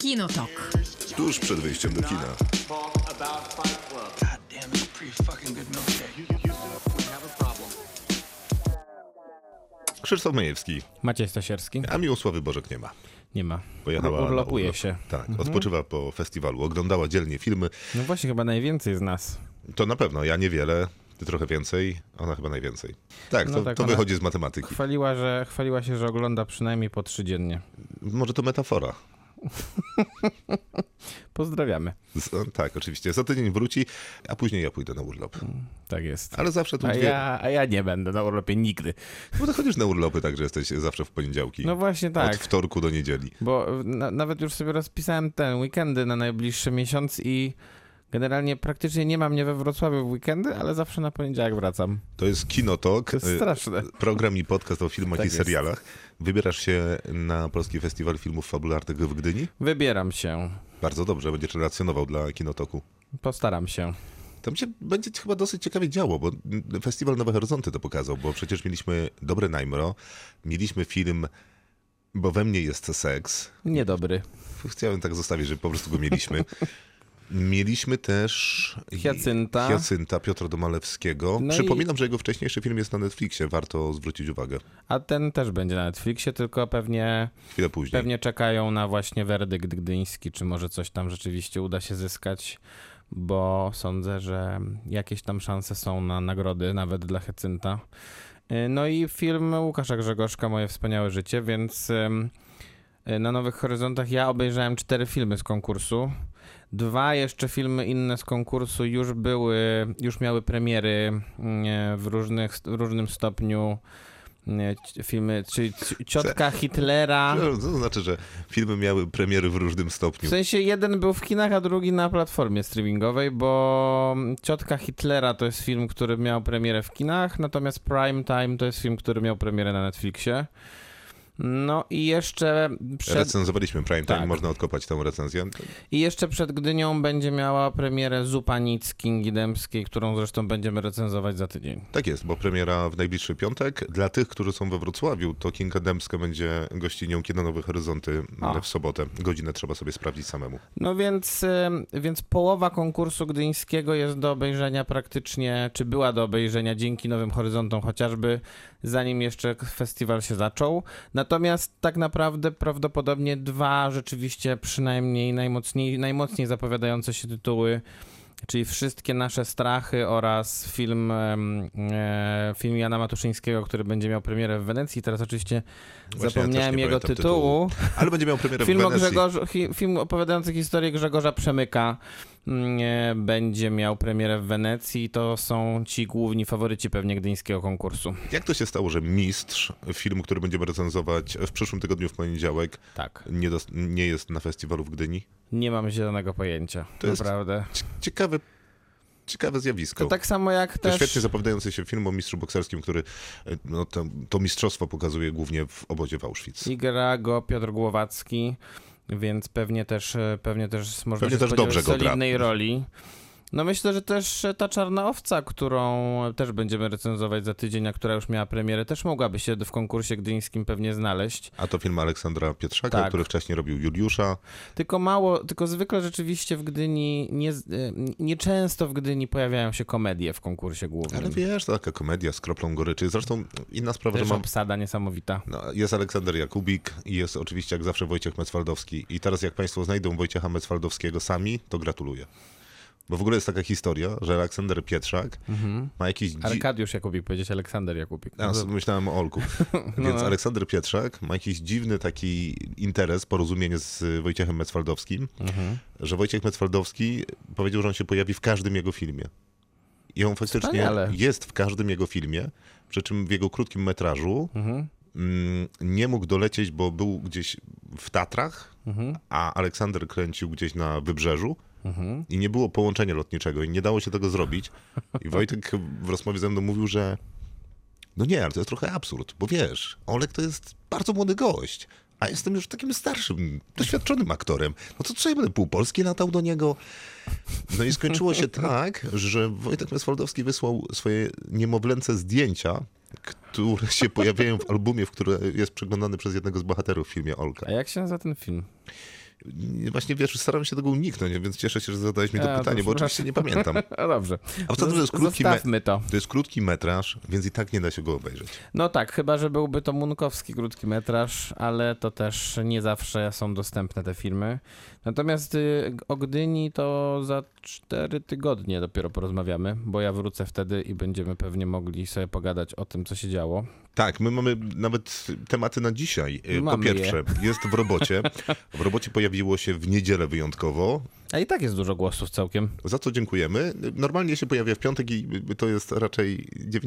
Kinotok. Tuż przed wyjściem do kina. Krzysztof Majewski, Maciej Stasierski? a Miłosławy Bożek nie ma. Nie ma. Pojechała na Urlopuje urlop. się. Tak, odpoczywa po festiwalu, oglądała dzielnie filmy. No właśnie, chyba najwięcej z nas. To na pewno, ja niewiele, ty trochę więcej, ona chyba najwięcej. Tak, No to ona wychodzi z matematyki. Chwaliła się, że ogląda przynajmniej po 3 dziennie. Może to metafora. Pozdrawiamy. Tak, oczywiście. Za tydzień wróci, a później ja pójdę na urlop. Tak jest. Ale zawsze tu A ja nie będę na urlopie nigdy. Bo ty chodzisz na urlopy, tak, że jesteś zawsze w poniedziałki. No właśnie tak. Od wtorku do niedzieli. Bo nawet już sobie rozpisałem weekendy na najbliższy miesiąc i generalnie praktycznie nie ma mnie we Wrocławiu w weekendy, ale zawsze na poniedziałek wracam. To jest Kinotok. To jest straszne. Program i podcast o filmach Tak i jest. serialach. Wybierasz się na Polski Festiwal Filmów Fabularnych w Gdyni? Wybieram się. Bardzo dobrze, będziesz relacjonował dla Kinotoku. Postaram się. Tam się będzie chyba dosyć ciekawie działo, bo Festiwal Nowe Horyzonty to pokazał, bo przecież mieliśmy Dobre Najmro, mieliśmy film Bo we mnie jest seks. Niedobry. Chciałem tak zostawić, że po prostu go mieliśmy. Mieliśmy też Hiacynta Piotra Domalewskiego. No Przypominam, że jego wcześniejszy film jest na Netflixie, warto zwrócić uwagę. A ten też będzie na Netflixie, tylko Chwilę później. pewnie czekają na właśnie werdykt gdyński, czy może coś tam rzeczywiście uda się zyskać, bo sądzę, że jakieś tam szanse są na nagrody, nawet dla Hiacynta. No i film Łukasza Grzegorzka, Moje wspaniałe życie, więc na Nowych Horyzontach ja obejrzałem 4 filmy z konkursu. 2 jeszcze filmy inne z konkursu już miały premiery w różnym stopniu. Filmy, czyli Ciotka Hitlera. To znaczy, że filmy miały premiery w różnym stopniu. W sensie jeden był w kinach, a drugi na platformie streamingowej, bo Ciotka Hitlera to jest film, który miał premierę w kinach, natomiast Prime Time to jest film, który miał premierę na Netflixie. No i jeszcze Recenzowaliśmy Prime Time, Tak. można odkopać tę recenzję. I jeszcze przed Gdynią będzie miała premierę Zupa Nic Kingi Dębskiej, którą zresztą będziemy recenzować za tydzień. Tak jest, bo premiera w najbliższy piątek. Dla tych, którzy są we Wrocławiu, to Kinga Dębska będzie gościnią Kina Nowe Horyzonty w sobotę. Godzinę trzeba sobie sprawdzić samemu. No więc połowa konkursu gdyńskiego jest do obejrzenia praktycznie, czy była do obejrzenia dzięki Nowym Horyzontom chociażby, zanim jeszcze festiwal się zaczął. Natomiast tak naprawdę prawdopodobnie 2 rzeczywiście przynajmniej najmocniej zapowiadające się tytuły, czyli Wszystkie nasze strachy oraz film Jana Matuszyńskiego, który będzie miał premierę w Wenecji. Teraz oczywiście Właśnie zapomniałem jego tytułu. Ale będzie miał premierę Film w Wenecji. Film opowiadający historię Grzegorza Przemyka będzie miał premierę w Wenecji. To są ci główni faworyci pewnie gdyńskiego konkursu. Jak to się stało, że Mistrz, film, który będziemy recenzować w przyszłym tygodniu w poniedziałek, Tak. nie jest na festiwalu w Gdyni? Nie mam zielonego pojęcia. To jest naprawdę. Ciekawe zjawisko. To tak samo jak To też... świetnie zapowiadający się film o mistrzu bokserskim, który to mistrzostwo pokazuje głównie w obozie w Auschwitz. I gra go Piotr Głowacki, więc pewnie też można się też spodziewać dobrze go gra. solidnej roli. No myślę, że też ta Czarna Owca, którą też będziemy recenzować za tydzień, a która już miała premierę, też mogłaby się w konkursie gdyńskim pewnie znaleźć. A to film Aleksandra Pietrzaka, Tak. który wcześniej robił Juliusza. Tylko zwykle rzeczywiście w Gdyni, nieczęsto w Gdyni pojawiają się komedie w konkursie głównym. Ale wiesz, to taka komedia z kroplą goryczy. Zresztą inna sprawa, Też że mam... obsada niesamowita. No, jest Aleksander Jakubik i jest oczywiście jak zawsze Wojciech Mecwaldowski. I teraz jak państwo znajdą Wojciecha Mecwaldowskiego sami, to gratuluję. Bo w ogóle jest taka historia, że Aleksander Pietrzak ma jakiś... Arkadiusz Jakubik, powiedzieć Aleksander Jakubik. Myślałem o Olku. Więc Aleksander Pietrzak ma jakiś dziwny taki interes, porozumienie z Wojciechem Mecwaldowskim, że Wojciech Mecwaldowski powiedział, że on się pojawi w każdym jego filmie. I on faktycznie jest w każdym jego filmie, przy czym w jego krótkim metrażu nie mógł dolecieć, bo był gdzieś w Tatrach, a Aleksander kręcił gdzieś na Wybrzeżu. I nie było połączenia lotniczego i nie dało się tego zrobić. I Wojtek w rozmowie ze mną mówił, że no nie, ale to jest trochę absurd, bo wiesz, Olek to jest bardzo młody gość, a jestem już takim starszym, doświadczonym aktorem. No to co ja będę pół Polski latał do niego? No i skończyło się tak, że Wojtek Mecwaldowski wysłał swoje niemowlęce zdjęcia, które się pojawiają w albumie, który jest przeglądany przez jednego z bohaterów w filmie Olka. A jak się nazywa ten film? Właśnie wiesz, staram się tego uniknąć, więc cieszę się, że zadałeś mi to pytanie, bo oczywiście nie pamiętam. No dobrze. A poza tym to jest krótki metraż, więc i tak nie da się go obejrzeć. No tak, chyba że byłby to munkowski krótki metraż, ale to też nie zawsze są dostępne te filmy. Natomiast o Gdyni to za 4 tygodnie dopiero porozmawiamy, bo ja wrócę wtedy i będziemy pewnie mogli sobie pogadać o tym, co się działo. Tak, my mamy nawet tematy na dzisiaj. Po pierwsze, jest w robocie. W robocie pojawiło się w niedzielę wyjątkowo. A i tak jest dużo głosów całkiem. Za co dziękujemy. Normalnie się pojawia w piątek i to jest raczej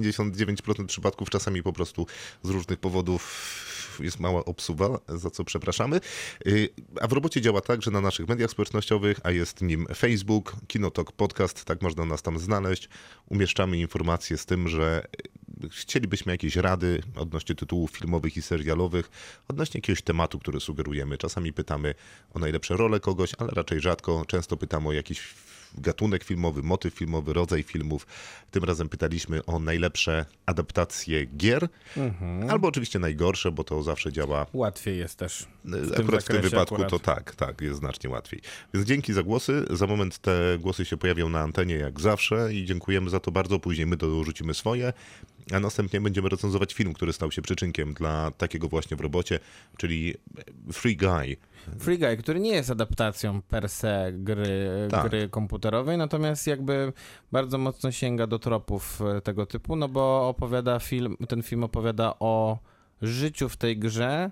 99% przypadków, czasami po prostu z różnych powodów jest mała obsuwa, za co przepraszamy. A w robocie działa tak, że na naszych mediach społecznościowych, a jest nim Facebook, Kinotok Podcast, tak można nas tam znaleźć, umieszczamy informacje z tym, że chcielibyśmy jakieś rady odnośnie tytułów filmowych i serialowych, odnośnie jakiegoś tematu, który sugerujemy. Czasami pytamy o najlepsze role kogoś, ale raczej rzadko. Często pytamy o jakiś gatunek filmowy, motyw filmowy, rodzaj filmów. Tym razem pytaliśmy o najlepsze adaptacje gier, albo oczywiście najgorsze, bo to zawsze działa. Łatwiej jest też. Akurat w tym wypadku to tak, jest znacznie łatwiej. Więc dzięki za głosy. Za moment te głosy się pojawią na antenie jak zawsze i dziękujemy za to bardzo. Później my dorzucimy swoje, a następnie będziemy recenzować film, który stał się przyczynkiem dla takiego właśnie w robocie, czyli Free Guy. Free Guy, który nie jest adaptacją per se gry komputerowej, natomiast jakby bardzo mocno sięga do tropów tego typu, no bo ten film opowiada o życiu w tej grze.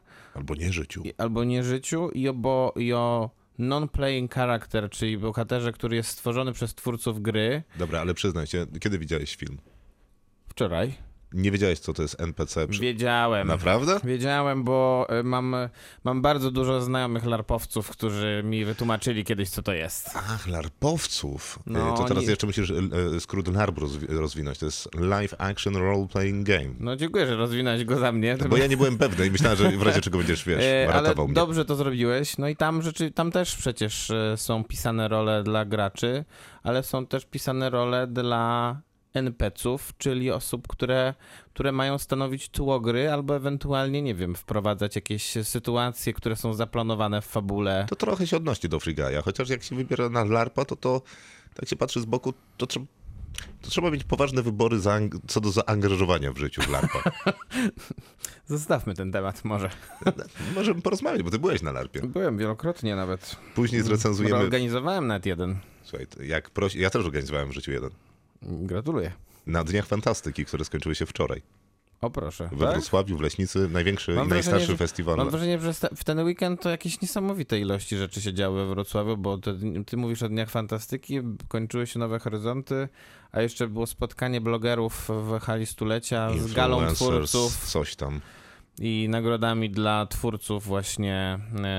Albo nie życiu i o non-playing character, czyli bohaterze, który jest stworzony przez twórców gry. Dobra, ale przyznaj się, kiedy widziałeś film? Wczoraj. Nie wiedziałeś, co to jest NPC? Wiedziałem. Naprawdę? Wiedziałem, bo mam bardzo dużo znajomych larpowców, którzy mi wytłumaczyli kiedyś, co to jest. Ach, larpowców. No, to teraz jeszcze musisz skrót LARP rozwinąć. To jest Live Action Role Playing Game. No dziękuję, że rozwinąłeś go za mnie. Bo ja nie byłem pewny i myślałem, że w razie czego będziesz, ratował ale mnie. Dobrze to zrobiłeś. No i tam też przecież są pisane role dla graczy, ale są też pisane role dla NPC-ów, czyli osób, które mają stanowić tło gry, albo ewentualnie, nie wiem, wprowadzać jakieś sytuacje, które są zaplanowane w fabule. To trochę się odnosi do Free Guy'a, chociaż jak się wybiera na LARPa, to tak się patrzy z boku, to trzeba mieć poważne wybory co do zaangażowania w życiu w LARPa. Zostawmy ten temat może. Możemy porozmawiać, bo ty byłeś na LARPie. Byłem wielokrotnie nawet. Później zrecenzujemy... Organizowałem nawet jeden. Słuchaj, ja też organizowałem w życiu jeden. Gratuluję. Na Dniach Fantastyki, które skończyły się wczoraj. O proszę. We Wrocławiu, w Leśnicy, największy i najstarszy festiwal. Mam wrażenie, że w ten weekend to jakieś niesamowite ilości rzeczy się działy we Wrocławiu, bo ty mówisz o Dniach Fantastyki, kończyły się Nowe Horyzonty, a jeszcze było spotkanie blogerów w hali stulecia z galą twórców. Coś tam. I nagrodami dla twórców właśnie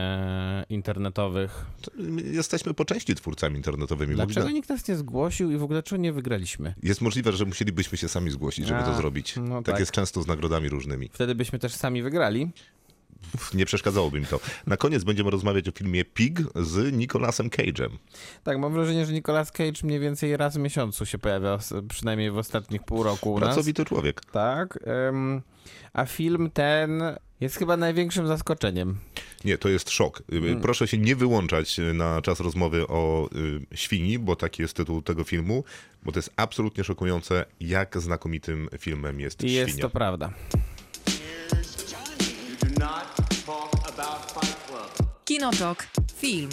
internetowych. Jesteśmy po części twórcami internetowymi. Dlaczego nikt nas nie zgłosił i w ogóle czego nie wygraliśmy? Jest możliwe, że musielibyśmy się sami zgłosić, żeby to zrobić. No tak jest często z nagrodami różnymi. Wtedy byśmy też sami wygrali. Nie przeszkadzałoby mi to. Na koniec będziemy rozmawiać o filmie Pig z Nicolasem Cage'em. Tak, mam wrażenie, że Nicolas Cage mniej więcej raz w miesiącu się pojawia, przynajmniej w ostatnich pół roku u nas. Pracowity człowiek. Tak. A film ten jest chyba największym zaskoczeniem. Nie, to jest szok. Proszę się nie wyłączać na czas rozmowy o Świni, bo taki jest tytuł tego filmu, bo to jest absolutnie szokujące, jak znakomitym filmem jest Świnia. Jest to prawda. Kinotok. Film.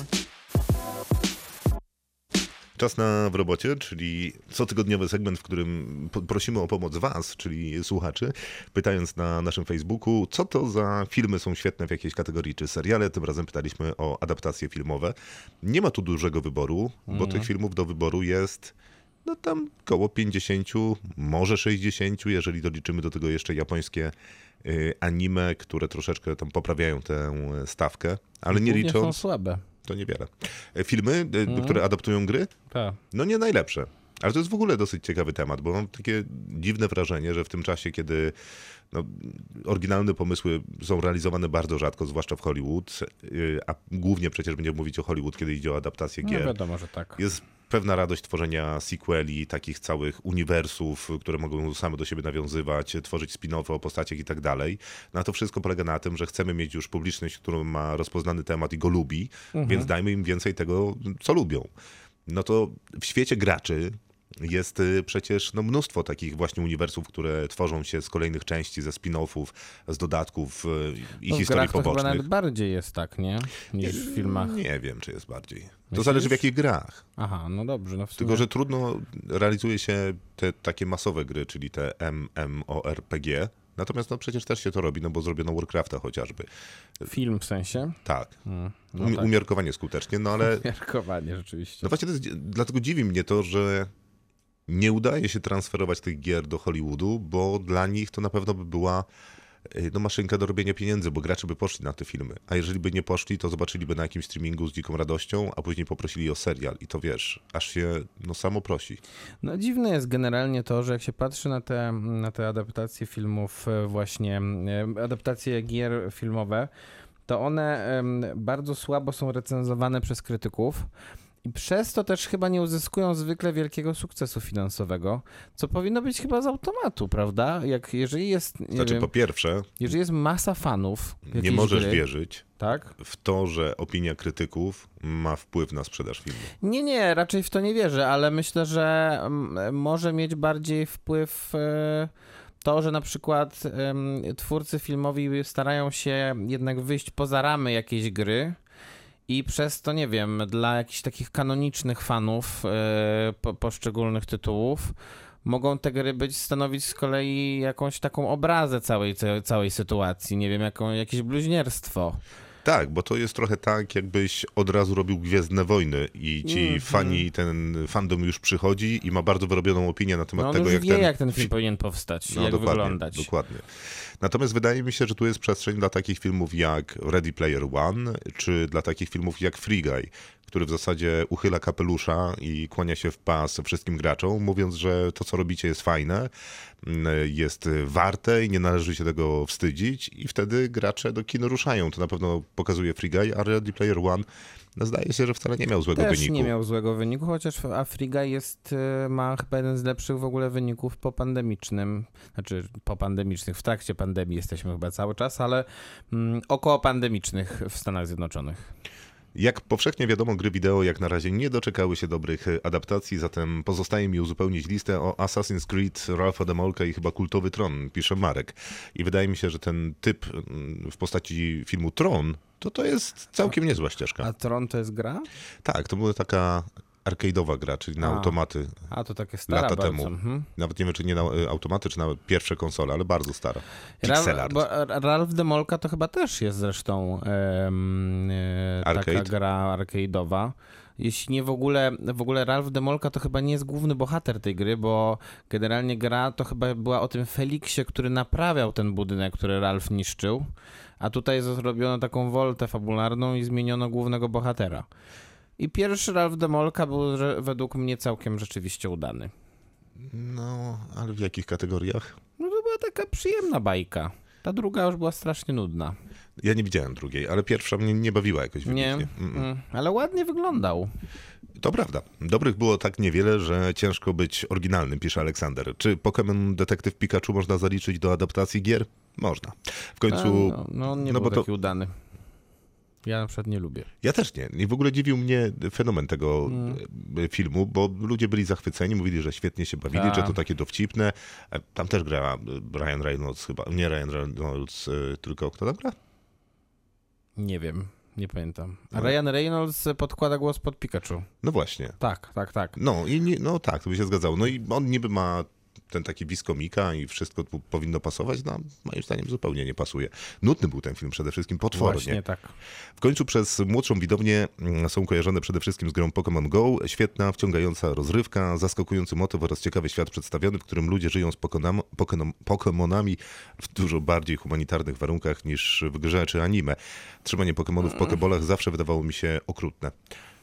Czas na w robocie, czyli cotygodniowy segment, w którym prosimy o pomoc was, czyli słuchaczy, pytając na naszym Facebooku, co to za filmy są świetne w jakiejś kategorii, czy seriale. Tym razem pytaliśmy o adaptacje filmowe. Nie ma tu dużego wyboru, bo tych filmów do wyboru jest tam koło 50, może 60, jeżeli doliczymy do tego jeszcze japońskie anime, które troszeczkę tam poprawiają tę stawkę, ale nie licząc... są słabe. To niewiele. Filmy, które adaptują gry? Tak. No nie najlepsze. Ale to jest w ogóle dosyć ciekawy temat, bo mam takie dziwne wrażenie, że w tym czasie, kiedy oryginalne pomysły są realizowane bardzo rzadko, zwłaszcza w Hollywood, a głównie przecież będziemy mówić o Hollywood, kiedy idzie o adaptację gier. No wiadomo, że tak. Jest pewna radość tworzenia sequeli, takich całych uniwersów, które mogą same do siebie nawiązywać, tworzyć spin-offy o postaciach i tak dalej. No a to wszystko polega na tym, że chcemy mieć już publiczność, która ma rozpoznany temat i go lubi, więc dajmy im więcej tego, co lubią. No to w świecie graczy jest przecież mnóstwo takich właśnie uniwersów, które tworzą się z kolejnych części, ze spin-offów, z dodatków i historii pobocznych. pobocznych. To chyba nawet bardziej jest tak, nie? Niż w filmach. Nie wiem, czy jest bardziej. To zależy w jakich grach. Aha, no dobrze. No w sumie... Tylko, że trudno realizuje się te takie masowe gry, czyli te MMORPG. Natomiast przecież też się to robi, bo zrobiono Warcrafta chociażby. Film w sensie? Tak. Tak. Umiarkowanie skutecznie, no ale... Umiarkowanie, rzeczywiście. No właśnie, dlatego dziwi mnie to, że nie udaje się transferować tych gier do Hollywoodu, bo dla nich to na pewno by była maszynka do robienia pieniędzy, bo gracze by poszli na te filmy. A jeżeli by nie poszli, to zobaczyliby na jakimś streamingu z dziką radością, a później poprosili o serial. I to wiesz, aż się samo prosi. No dziwne jest generalnie to, że jak się patrzy na te adaptacje filmów, właśnie adaptacje gier filmowe, to one bardzo słabo są recenzowane przez krytyków. I przez to też chyba nie uzyskują zwykle wielkiego sukcesu finansowego, co powinno być chyba z automatu, prawda? Jeżeli jest, Znaczy, po pierwsze, jeżeli jest masa fanów nie możesz gry, wierzyć tak? w to, że opinia krytyków ma wpływ na sprzedaż filmu. Nie, raczej w to nie wierzę, ale myślę, że może mieć bardziej wpływ to, że na przykład twórcy filmowi starają się jednak wyjść poza ramy jakiejś gry, i przez to, nie wiem, dla jakichś takich kanonicznych fanów poszczególnych tytułów mogą te gry stanowić z kolei jakąś taką obrazę całej sytuacji, nie wiem, jakieś bluźnierstwo. Tak, bo to jest trochę tak, jakbyś od razu robił Gwiezdne Wojny i ci fani, ten fandom już przychodzi i ma bardzo wyrobioną opinię na temat tego, jak ten film powinien powstać, jak wyglądać. Dokładnie. Natomiast wydaje mi się, że tu jest przestrzeń dla takich filmów jak Ready Player One, czy dla takich filmów jak Free Guy, który w zasadzie uchyla kapelusza i kłania się w pas wszystkim graczom, mówiąc, że to, co robicie, jest fajne, jest warte i nie należy się tego wstydzić, i wtedy gracze do kin ruszają. To na pewno pokazuje Free Guy, a Ready Player One zdaje się, że wcale nie miał złego wyniku. Nie miał złego wyniku, chociaż Free Guy ma chyba jeden z lepszych w ogóle wyników w trakcie pandemii jesteśmy chyba cały czas, ale około pandemicznych w Stanach Zjednoczonych. Jak powszechnie wiadomo, gry wideo jak na razie nie doczekały się dobrych adaptacji, zatem pozostaje mi uzupełnić listę o Assassin's Creed, Ralpha Demolka i chyba kultowy Tron, pisze Marek. I wydaje mi się, że ten typ w postaci filmu Tron, to jest całkiem niezła ścieżka. A Tron to jest gra? Tak, to była taka arcade'owa gra, czyli na automaty. A to takie stara lata bardzo. temu. Nawet nie wiem, czy nie na automaty, czy na pierwsze konsole, ale bardzo stara. Pixel art. Bo Ralph Demolka to chyba też jest zresztą taka gra arcade'owa. Jeśli nie w ogóle Ralph Demolka to chyba nie jest główny bohater tej gry, bo generalnie gra to chyba była o tym Feliksie, który naprawiał ten budynek, który Ralph niszczył, a tutaj zrobiono taką woltę fabularną i zmieniono głównego bohatera. I pierwszy Ralph Demolka był według mnie całkiem rzeczywiście udany. No, ale w jakich kategoriach? No to była taka przyjemna bajka. Ta druga już była strasznie nudna. Ja nie widziałem drugiej, ale pierwsza mnie nie bawiła jakoś wybitnie. Ale ładnie wyglądał. To prawda. Dobrych było tak niewiele, że ciężko być oryginalnym, pisze Aleksander. Czy Pokémon Detektyw Pikachu można zaliczyć do adaptacji gier? Można. W końcu... on nie był taki udany. Ja na przykład nie lubię. Ja też nie. I w ogóle dziwił mnie fenomen tego filmu, bo ludzie byli zachwyceni, mówili, że świetnie się bawili, że to takie dowcipne. Tam też gra Ryan Reynolds chyba. Nie Ryan Reynolds, tylko kto tam gra? Nie wiem. Nie pamiętam. A Ryan Reynolds podkłada głos pod Pikachu. No właśnie. Tak. No i tak, to by się zgadzało. No i on niby ma ten taki wis komika i wszystko powinno pasować, no moim zdaniem zupełnie nie pasuje. Nudny był ten film przede wszystkim, potwornie. Właśnie tak. W końcu przez młodszą widownię są kojarzone przede wszystkim z grą Pokémon Go. Świetna, wciągająca rozrywka, zaskakujący motyw oraz ciekawy świat przedstawiony, w którym ludzie żyją z Pokémonami w dużo bardziej humanitarnych warunkach niż w grze czy anime. Trzymanie Pokémonów w Pokébolach zawsze wydawało mi się okrutne.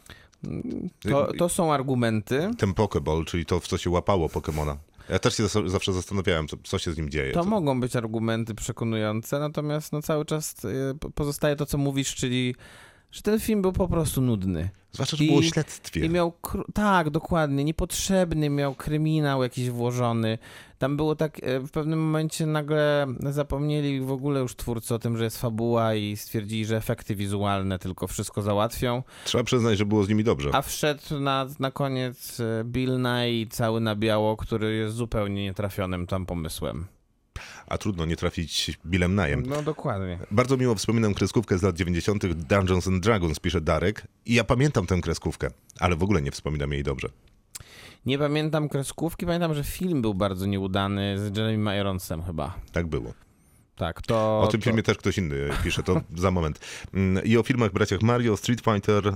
To są argumenty. Ten Pokéball, czyli to, w co się łapało Pokémona. Ja też się zawsze zastanawiałem, co się z nim dzieje. To mogą być argumenty przekonujące, natomiast cały czas pozostaje to, co mówisz, czyli że ten film był po prostu nudny. Zwłaszcza, że było o śledztwie. I miał, tak, dokładnie, niepotrzebny, miał kryminał jakiś włożony. Tam było tak, w pewnym momencie nagle zapomnieli w ogóle już twórcy o tym, że jest fabuła i stwierdzili, że efekty wizualne tylko wszystko załatwią. Trzeba przyznać, że było z nimi dobrze. A wszedł na koniec Bill Nye cały na biało, który jest zupełnie nietrafionym tam pomysłem. A trudno nie trafić Billem Nye'em. No dokładnie. Bardzo miło wspominam kreskówkę z lat 90. Dungeons and Dragons, pisze Darek. I ja pamiętam tę kreskówkę, ale w ogóle nie wspominam jej dobrze. Nie pamiętam kreskówki, pamiętam, że film był bardzo nieudany z Jeremy Ironsem chyba. Tak było. Tak, o tym filmie też ktoś inny pisze, to za moment. I o filmach braciach Mario, Street Fighter,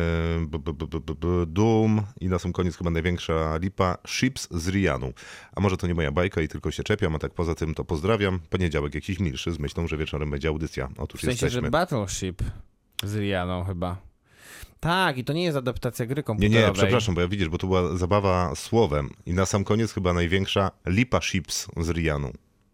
Doom i na sam koniec chyba największa lipa, Ships z Rianą. A może to nie moja bajka i tylko się czepiam, a tak poza tym to pozdrawiam. Poniedziałek jakiś milszy z myślą, że wieczorem będzie audycja. Otóż w sensie, jesteśmy. że Battleship z Rianą chyba. Tak, i to nie jest adaptacja gry komputerowej. Nie, przepraszam, bo ja widzisz, bo to była zabawa słowem. I na sam koniec chyba największa lipa Ships z Rianą.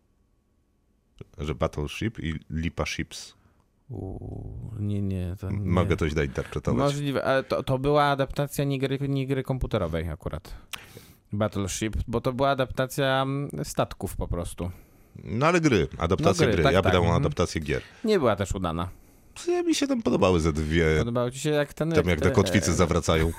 Że Battleship i Lipa Ships. Nie. To nie. Mogę to źle interpretować. Możliwe, ale to była adaptacja nie gry komputerowej akurat. Battleship, bo to była adaptacja statków po prostu. No ale gry, adaptacja gry. Tak, ja tak. wydałem adaptację gier. Nie była też udana. Mi się tam podobały ze dwie. Podobało ci się jak ten... Tam jak te kotwicy zawracają.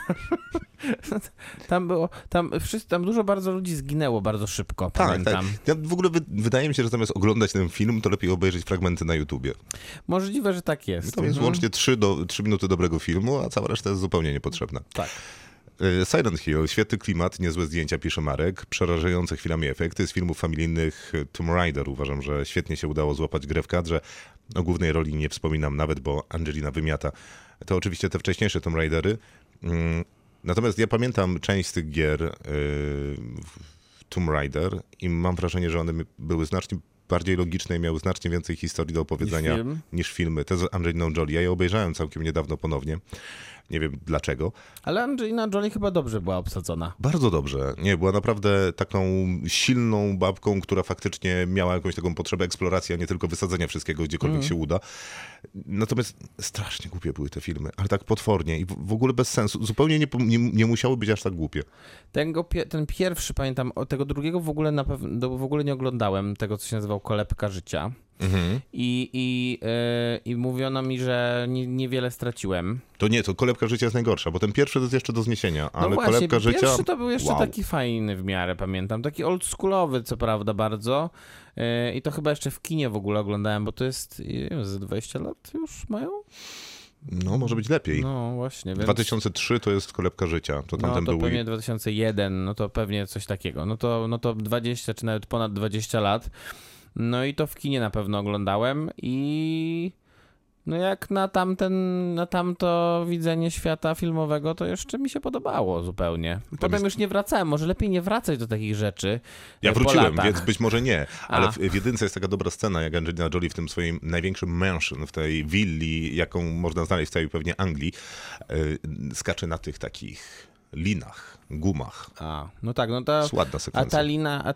Tam dużo bardzo ludzi zginęło bardzo szybko, Tak. pamiętam. Ja w ogóle wydaje mi się, że zamiast oglądać ten film, to lepiej obejrzeć fragmenty na YouTubie. Możliwe, że tak jest. To jest łącznie 3 minuty dobrego filmu, a cała reszta jest zupełnie niepotrzebna. Tak. Silent Hill, świetny klimat, niezłe zdjęcia, pisze Marek, przerażające chwilami efekty. Z filmów familijnych Tomb Raider uważam, że świetnie się udało złapać grę w kadrze. O głównej roli nie wspominam nawet, bo Angelina wymiata. To oczywiście te wcześniejsze Tomb Raidery. Natomiast ja pamiętam część z tych gier Tomb Raider i mam wrażenie, że one były znacznie bardziej logiczne i miały znacznie więcej historii do opowiedzenia niż filmy. Te z Angeliną Jolie. Ja je obejrzałem całkiem niedawno ponownie. Nie wiem dlaczego. Ale Angelina Jolie chyba dobrze była obsadzona. Bardzo dobrze. Nie, była naprawdę taką silną babką, która faktycznie miała jakąś taką potrzebę eksploracji, a nie tylko wysadzenia wszystkiego gdziekolwiek się uda. Natomiast strasznie głupie były te filmy, ale tak potwornie i w ogóle bez sensu. Zupełnie nie musiały być aż tak głupie. Ten pierwszy, pamiętam, tego drugiego w ogóle nie oglądałem, tego co się nazywał Kolebka życia. I mówiono mi, że niewiele straciłem. To Kolebka życia jest najgorsza, bo ten pierwszy to jest jeszcze do zniesienia, ale no właśnie, Kolebka życia... Pierwszy to był jeszcze taki fajny w miarę, pamiętam. Taki oldschoolowy, co prawda, bardzo. I to chyba jeszcze w kinie w ogóle oglądałem, bo to jest z 20 lat już mają? No, może być lepiej. No właśnie. Więc... 2003 to jest Kolebka życia. To był pewnie 2001, no to pewnie coś takiego. No to 20 czy nawet ponad 20 lat. No i to w kinie na pewno oglądałem i no jak na tamto widzenie świata filmowego, to jeszcze mi się podobało zupełnie. Potem już nie wracałem, może lepiej nie wracać do takich rzeczy. Ja wróciłem, więc być może nie, ale w jedynce jest taka dobra scena, jak Angelina Jolie w tym swoim największym mansion, w tej willi, jaką można znaleźć w całej pewnie Anglii, skacze na tych takich linach, gumach. No tak, no ta... Ładna sekwencja. A ta lina,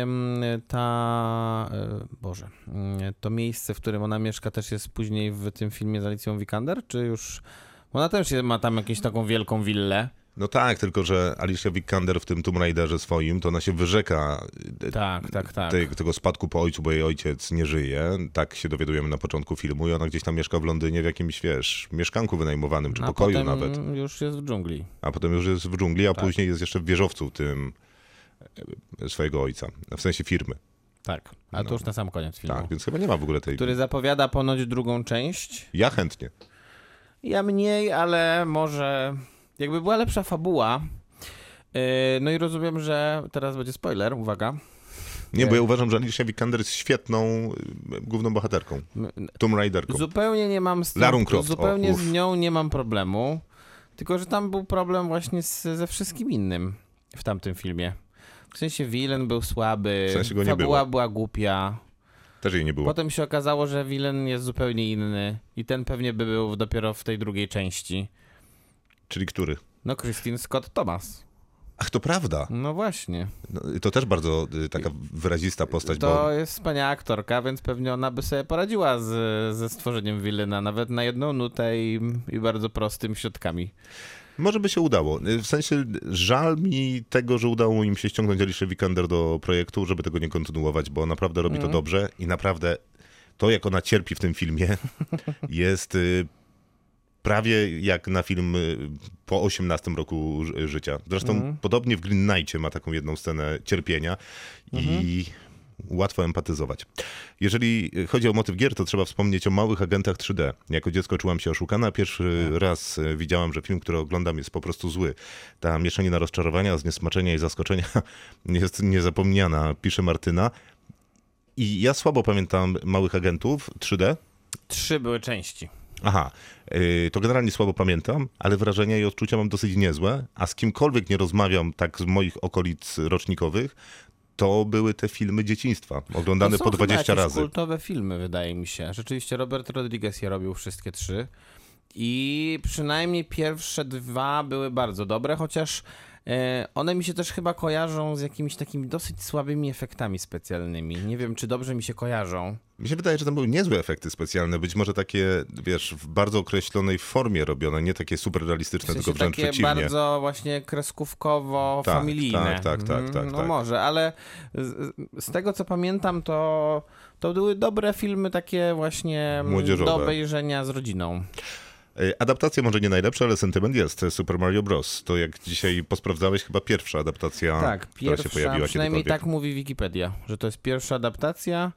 to miejsce, w którym ona mieszka, też jest później w tym filmie z Alicją Vikander, czy już... Ona też ma tam jakąś taką wielką willę. No tak, tylko że Alicia Vikander w tym Tomb Raiderze swoim, to ona się wyrzeka tego spadku po ojcu, bo jej ojciec nie żyje. Tak się dowiadujemy na początku filmu i ona gdzieś tam mieszka w Londynie w jakimś, mieszkanku wynajmowanym, czy pokoju nawet. A potem już jest w dżungli. A potem już jest w dżungli, a później jest jeszcze w wieżowcu tym swojego ojca, w sensie firmy. Tak, a to już na sam koniec filmu. Tak, więc chyba nie ma w ogóle tej... Który zapowiada ponoć drugą część. Ja chętnie. Ja mniej, ale może... Jakby była lepsza fabuła, no i rozumiem, że teraz będzie spoiler, uwaga. Nie, bo ja uważam, że Alicia Vikander jest świetną główną bohaterką, Tomb Raiderką. Zupełnie nie mam z Lara Croft. Zupełnie z nią nie mam problemu, tylko że tam był problem właśnie ze wszystkim innym w tamtym filmie. W sensie villain był słaby, w sensie go nie fabuła było. była głupia. Też jej nie było. Potem się okazało, że villain jest zupełnie inny i ten pewnie by był dopiero w tej drugiej części. Czyli który? No, Christine Scott Thomas. Ach, to prawda. No właśnie. No, to też bardzo taka wyrazista postać. To jest wspaniała aktorka, więc pewnie ona by sobie poradziła ze stworzeniem Villaina, nawet na jedną nutę i bardzo prostym środkami. Może by się udało. W sensie żal mi tego, że udało im się ściągnąć Alicia Vikander do projektu, żeby tego nie kontynuować, bo naprawdę robi to dobrze i naprawdę to, jak ona cierpi w tym filmie, jest prawie jak na film po 18 roku życia. Zresztą podobnie w Green Knightie ma taką jedną scenę cierpienia i łatwo empatyzować. Jeżeli chodzi o motyw gier, to trzeba wspomnieć o Małych agentach 3D. Jako dziecko czułam się oszukana. Pierwszy raz widziałam, że film, który oglądam, jest po prostu zły. Ta mieszanina rozczarowania, zniesmaczenia i zaskoczenia jest niezapomniana, pisze Martyna. I ja słabo pamiętam Małych agentów 3D. 3 były części. Aha, to generalnie słabo pamiętam, ale wrażenia i odczucia mam dosyć niezłe, a z kimkolwiek nie rozmawiam tak z moich okolic rocznikowych, to były te filmy dzieciństwa, oglądane po 20 razy. To są kultowe filmy, wydaje mi się. Rzeczywiście Robert Rodriguez je robił wszystkie 3 i przynajmniej pierwsze 2 były bardzo dobre, chociaż one mi się też chyba kojarzą z jakimiś takimi dosyć słabymi efektami specjalnymi. Nie wiem, czy dobrze mi się kojarzą. Mi się wydaje, że tam były niezłe efekty specjalne, być może takie, wiesz, w bardzo określonej formie robione, nie takie super realistyczne, tylko wręcz takie przeciwnie. Bardzo właśnie kreskówkowo-familijne. Tak. No może, ale z tego, co pamiętam, to były dobre filmy takie właśnie młodzieżowe, do obejrzenia z rodziną. Adaptacja może nie najlepsza, ale sentyment jest. Super Mario Bros. To jak dzisiaj posprawdzałeś, chyba pierwsza adaptacja, która się pojawiła przynajmniej kiedykolwiek. tak mówi Wikipedia, że to jest pierwsza adaptacja.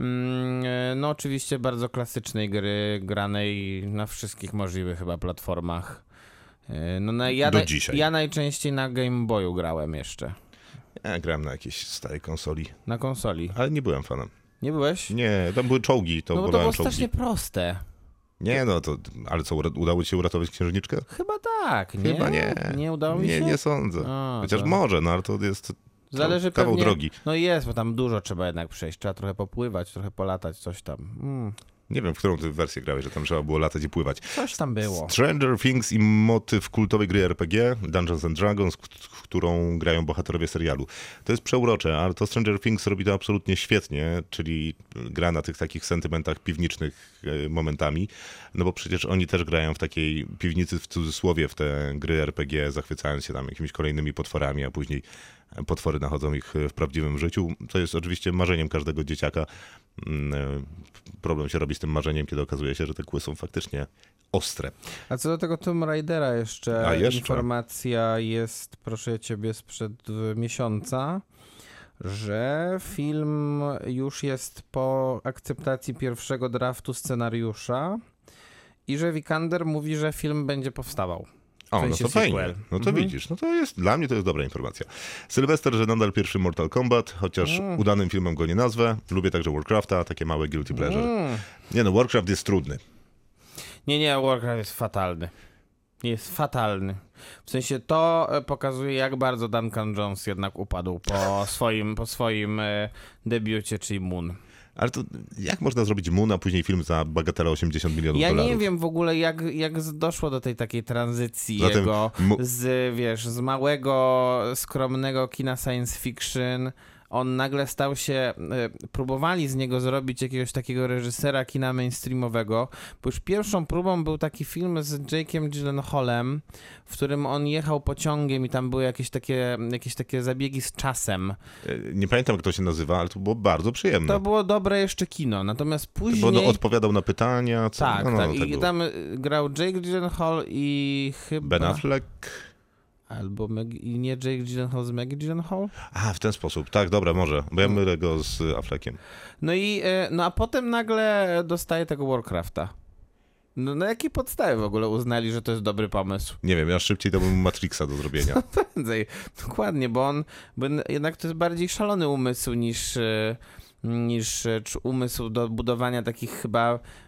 No oczywiście bardzo klasycznej gry, granej na wszystkich możliwych chyba platformach. No, do dzisiaj. Ja najczęściej na Game Boyu grałem jeszcze. Ja grałem na jakiejś starej konsoli. Na konsoli. Ale nie byłem fanem. Nie byłeś? Nie, tam były czołgi, no bo to było strasznie proste. Nie, no to, ale co, udało ci się uratować księżniczkę? Chyba tak, nie? Chyba nie. Nie udało mi się? Nie sądzę. Chociaż może, no ale to jest zależy kawał pewnie, drogi. No jest, bo tam dużo trzeba jednak przejść. Trzeba trochę popływać, trochę polatać, coś tam. Nie wiem, w którą ty wersję grałeś, że tam trzeba było latać i pływać. Coś tam było. Stranger Things i motyw kultowej gry RPG, Dungeons and Dragons, w którą grają bohaterowie serialu. To jest przeurocze, ale to Stranger Things robi to absolutnie świetnie, czyli gra na tych takich sentymentach piwniczych momentami, no bo przecież oni też grają w takiej piwnicy w cudzysłowie w te gry RPG, zachwycając się tam jakimiś kolejnymi potworami, a później potwory nachodzą ich w prawdziwym życiu. To jest oczywiście marzeniem każdego dzieciaka. Problem się robi z tym marzeniem, kiedy okazuje się, że te kły są faktycznie ostre. A co do tego Tomb Raidera jeszcze? Informacja jest, proszę ciebie, sprzed miesiąca, że film już jest po akceptacji pierwszego draftu scenariusza i że Vikander mówi, że film będzie powstawał. O, no to fajnie. No to widzisz, no to jest, dla mnie to jest dobra informacja. Sylwester, że nadal pierwszy Mortal Kombat, chociaż udanym filmem go nie nazwę. Lubię także Warcrafta, takie małe guilty pleasure. Nie no, Warcraft jest trudny. Nie, Warcraft jest fatalny. Jest fatalny. W sensie to pokazuje, jak bardzo Duncan Jones jednak upadł po swoim debiucie, czyli Moon. Ale to jak można zrobić Moon, a później film za bagatela $80 milionów? Ja nie wiem w ogóle, jak doszło do tej takiej tranzycji zatem jego z małego, skromnego kina science fiction. On nagle stał się, próbowali z niego zrobić jakiegoś takiego reżysera kina mainstreamowego, bo już pierwszą próbą był taki film z Jake'em Gyllenhaalem, w którym on jechał pociągiem i tam były jakieś takie zabiegi z czasem. Nie pamiętam, jak to się nazywa, ale to było bardzo przyjemne. To było dobre jeszcze kino, natomiast później... Bo on odpowiadał na pytania. Co... Tak, tak. I tak tam grał Jake Gyllenhaal i chyba... Ben Affleck. Albo nie Jake Gyllenhaal z Maggie Gyllenhaal? A, w ten sposób. Tak, dobra, może. Bo ja mylę go z Affleckiem. No a potem nagle dostaje tego Warcrafta. No na jakiej podstawie w ogóle uznali, że to jest dobry pomysł? Nie wiem, ja szybciej to bym Matrixa do zrobienia. Prędzej, dokładnie, bo jednak to jest bardziej szalony umysł niż umysł do budowania takich chyba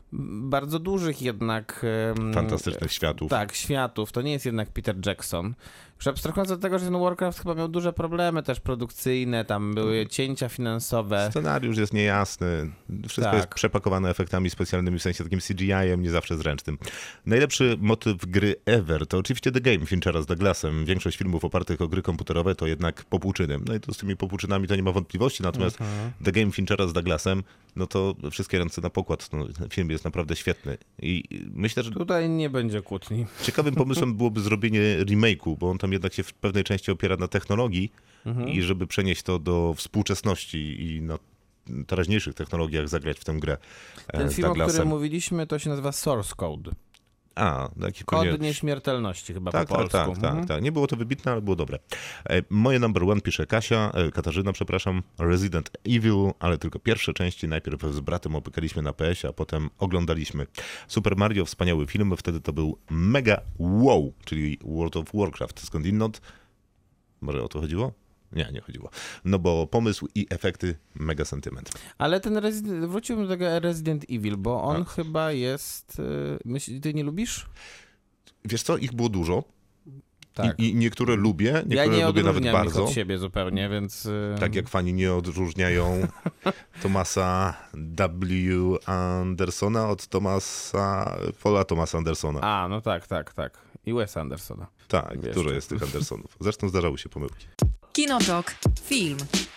bardzo dużych jednak... Fantastycznych światów. Tak, światów. To nie jest jednak Peter Jackson. Już abstrahując od tego, że ten Warcraft chyba miał duże problemy też produkcyjne, tam były cięcia finansowe. Scenariusz jest niejasny, wszystko jest przepakowane efektami specjalnymi, w sensie takim CGI-em, nie zawsze zręcznym. Najlepszy motyw gry ever to oczywiście The Game Finchera z Douglasem. Większość filmów opartych o gry komputerowe to jednak popłuczyny. No i to z tymi popłuczynami to nie ma wątpliwości, natomiast The Game Finchera z Douglasem, no to wszystkie ręce na pokład. No, film jest naprawdę świetny i myślę, że... Tutaj nie będzie kłótni. Ciekawym pomysłem byłoby zrobienie remake'u, bo on tam jednak się w pewnej części opiera na technologii i żeby przenieść to do współczesności i na teraźniejszych technologiach zagrać w tę grę Ten z film, o Douglasem. którym mówiliśmy, to się nazywa Source Code. Taki Kod nieśmiertelności chyba po polsku. Tak. Nie było to wybitne, ale było dobre. Moje number one pisze Katarzyna, Resident Evil, ale tylko pierwsze części. Najpierw z bratem opykaliśmy na PS-ie, a potem oglądaliśmy. Super Mario, wspaniały film, wtedy to był mega wow, czyli World of Warcraft. Skądinąd? Może o to chodziło? Nie chodziło. No bo pomysł i efekty, mega sentyment. Ale ten wróciłbym do tego Resident Evil, bo on chyba jest... Ty nie lubisz? Wiesz co, ich było dużo. Tak. I niektóre lubię, niektóre ja nie lubię nawet bardzo. Ich od siebie zupełnie, więc... Tak jak fani nie odróżniają Thomasa W. Andersona od Paula Thomasa Andersona. No tak. I Wes Andersona. Tak, dużo jest tych Andersonów. Zresztą zdarzały się pomyłki. Kinotok. Film.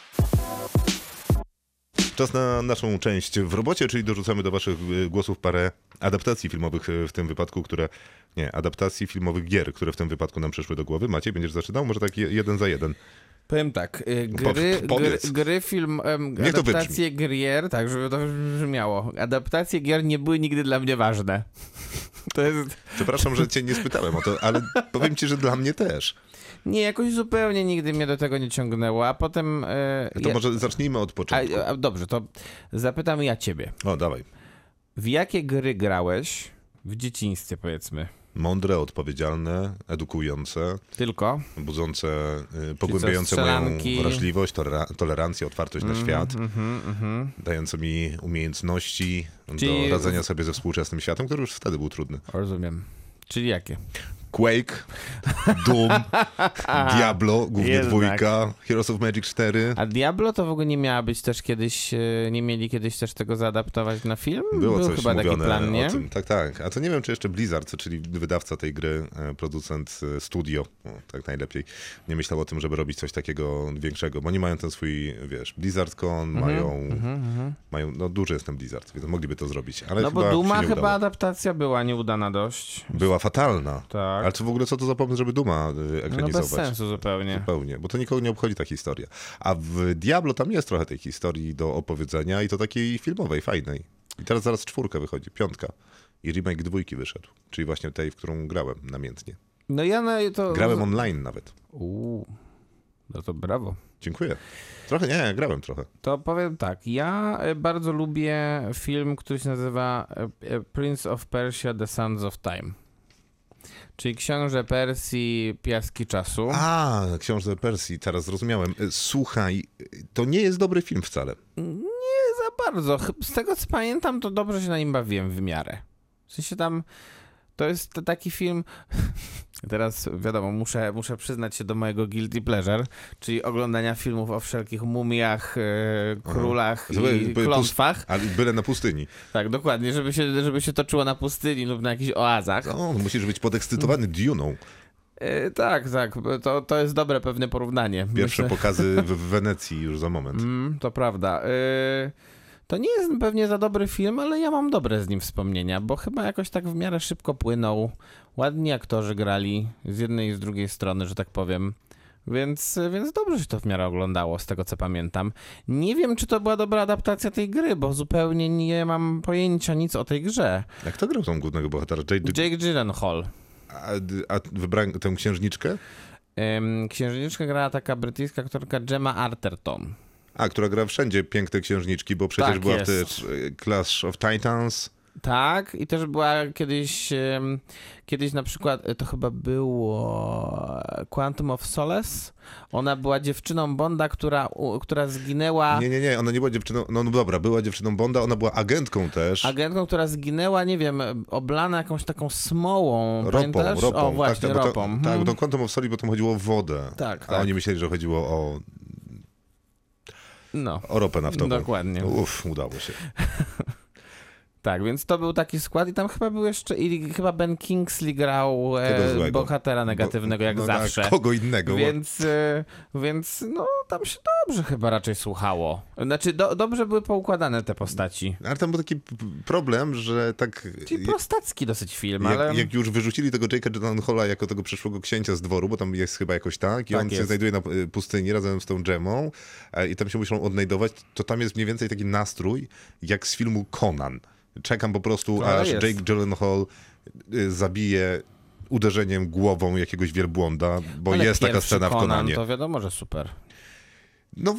Czas na naszą część w robocie, czyli dorzucamy do waszych głosów parę adaptacji filmowych w tym wypadku, adaptacji filmowych gier, które w tym wypadku nam przyszły do głowy. Maciej, będziesz zaczynał? Może tak jeden za jeden. Powiem tak, gry, film, adaptacje gier, tak, żeby to brzmiało. Adaptacje gier nie były nigdy dla mnie ważne. To jest... Przepraszam, że cię nie spytałem o to, ale powiem ci, że dla mnie też. Nie, jakoś zupełnie nigdy mnie do tego nie ciągnęło, a potem... może zacznijmy od początku. Dobrze, to zapytam ja ciebie. Dawaj. W jakie gry grałeś w dzieciństwie, powiedzmy? Mądre, odpowiedzialne, edukujące. Tylko? Budzące, pogłębiające moją wrażliwość, tolerancję, otwartość na świat. Dające mi umiejętności do radzenia sobie ze współczesnym światem, który już wtedy był trudny. Rozumiem. Czyli jakie? Quake, Doom, Diablo, głównie dwójka, Heroes of Magic 4. A Diablo to w ogóle nie miała być też kiedyś, nie mieli kiedyś też tego zaadaptować na film? Był coś chyba taki plan, nie? O tym. Tak. A to nie wiem, czy jeszcze Blizzard, czyli wydawca tej gry, producent studio, tak najlepiej, nie myślał o tym, żeby robić coś takiego większego, bo oni mają ten swój, BlizzardCon, mają, duży jest ten Blizzard, więc mogliby to zrobić, ale bo Duma chyba adaptacja była nieudana dość. Była fatalna. Tak. Ale co to za pomysł, żeby Duma ekranizować? Bez sensu zupełnie, bo to nikogo nie obchodzi ta historia. A w Diablo tam jest trochę tej historii do opowiedzenia i to takiej filmowej, fajnej. I teraz zaraz 4 wychodzi, 5. I remake 2 wyszedł, czyli właśnie tej, w którą grałem namiętnie. Grałem online nawet. No to brawo. Dziękuję. Grałem trochę. To powiem tak, ja bardzo lubię film, który się nazywa Prince of Persia, The Sands of Time. Czyli Książę Persji, Piaski Czasu. Książę Persji, teraz zrozumiałem. Słuchaj, to nie jest dobry film wcale. Nie za bardzo. Z tego co pamiętam, to dobrze się na nim bawiłem w miarę. W sensie tam, to jest taki film... Teraz wiadomo, muszę przyznać się do mojego guilty pleasure, czyli oglądania filmów o wszelkich mumiach, królach i klątwach. Ale byle na pustyni. Tak, dokładnie, żeby się toczyło na pustyni lub na jakichś oazach. Musisz być podekscytowany Duną. Tak, to jest dobre pewne porównanie. Pierwsze pokazy w Wenecji już za moment. To prawda. To nie jest pewnie za dobry film, ale ja mam dobre z nim wspomnienia, bo chyba jakoś tak w miarę szybko płynął. Ładni aktorzy grali z jednej i z drugiej strony, że tak powiem. Więc dobrze się to w miarę oglądało, z tego co pamiętam. Nie wiem, czy to była dobra adaptacja tej gry, bo zupełnie nie mam pojęcia nic o tej grze. Jak to grał tą głównego bohatera? Jake Gyllenhaal. A wybrałem tę księżniczkę? Księżniczkę grała taka brytyjska aktorka Gemma Arterton. Która gra wszędzie piękne księżniczki, bo przecież była w Clash of Titans. Tak, i też była kiedyś na przykład, to chyba było Quantum of Solace. Ona była dziewczyną Bonda, która zginęła. Nie, ona nie była dziewczyną, no dobra, była dziewczyną Bonda, ona była agentką też. Agentką, która zginęła, nie wiem, oblana jakąś taką smołą, ropą. O, właśnie, tak, ropą. Tak, bo to Quantum of Solace, bo tam chodziło o wodę. Tak. A oni myśleli, że chodziło o ropę naftową. Dokładnie. Udało się. Tak, więc to był taki skład i tam chyba był jeszcze, i chyba Ben Kingsley grał bohatera negatywnego, jak zawsze. Tak, kogo innego. Więc no tam się dobrze chyba raczej słuchało. Znaczy dobrze były poukładane te postaci. Ale tam był taki problem, że tak... Czyli prostacki dosyć film, ale... Jak już wyrzucili tego Jake'a Gyllenhaala jako tego przyszłego księcia z dworu, bo tam jest chyba jakoś tak, i on się znajduje na pustyni razem z tą Gemmą i tam się muszą odnajdować, to tam jest mniej więcej taki nastrój jak z filmu Conan. Czekam po prostu, aż Jake Gyllenhaal zabije uderzeniem głową jakiegoś wielbłąda, bo ale jest taka scena w Conanie. To wiadomo, że super. No,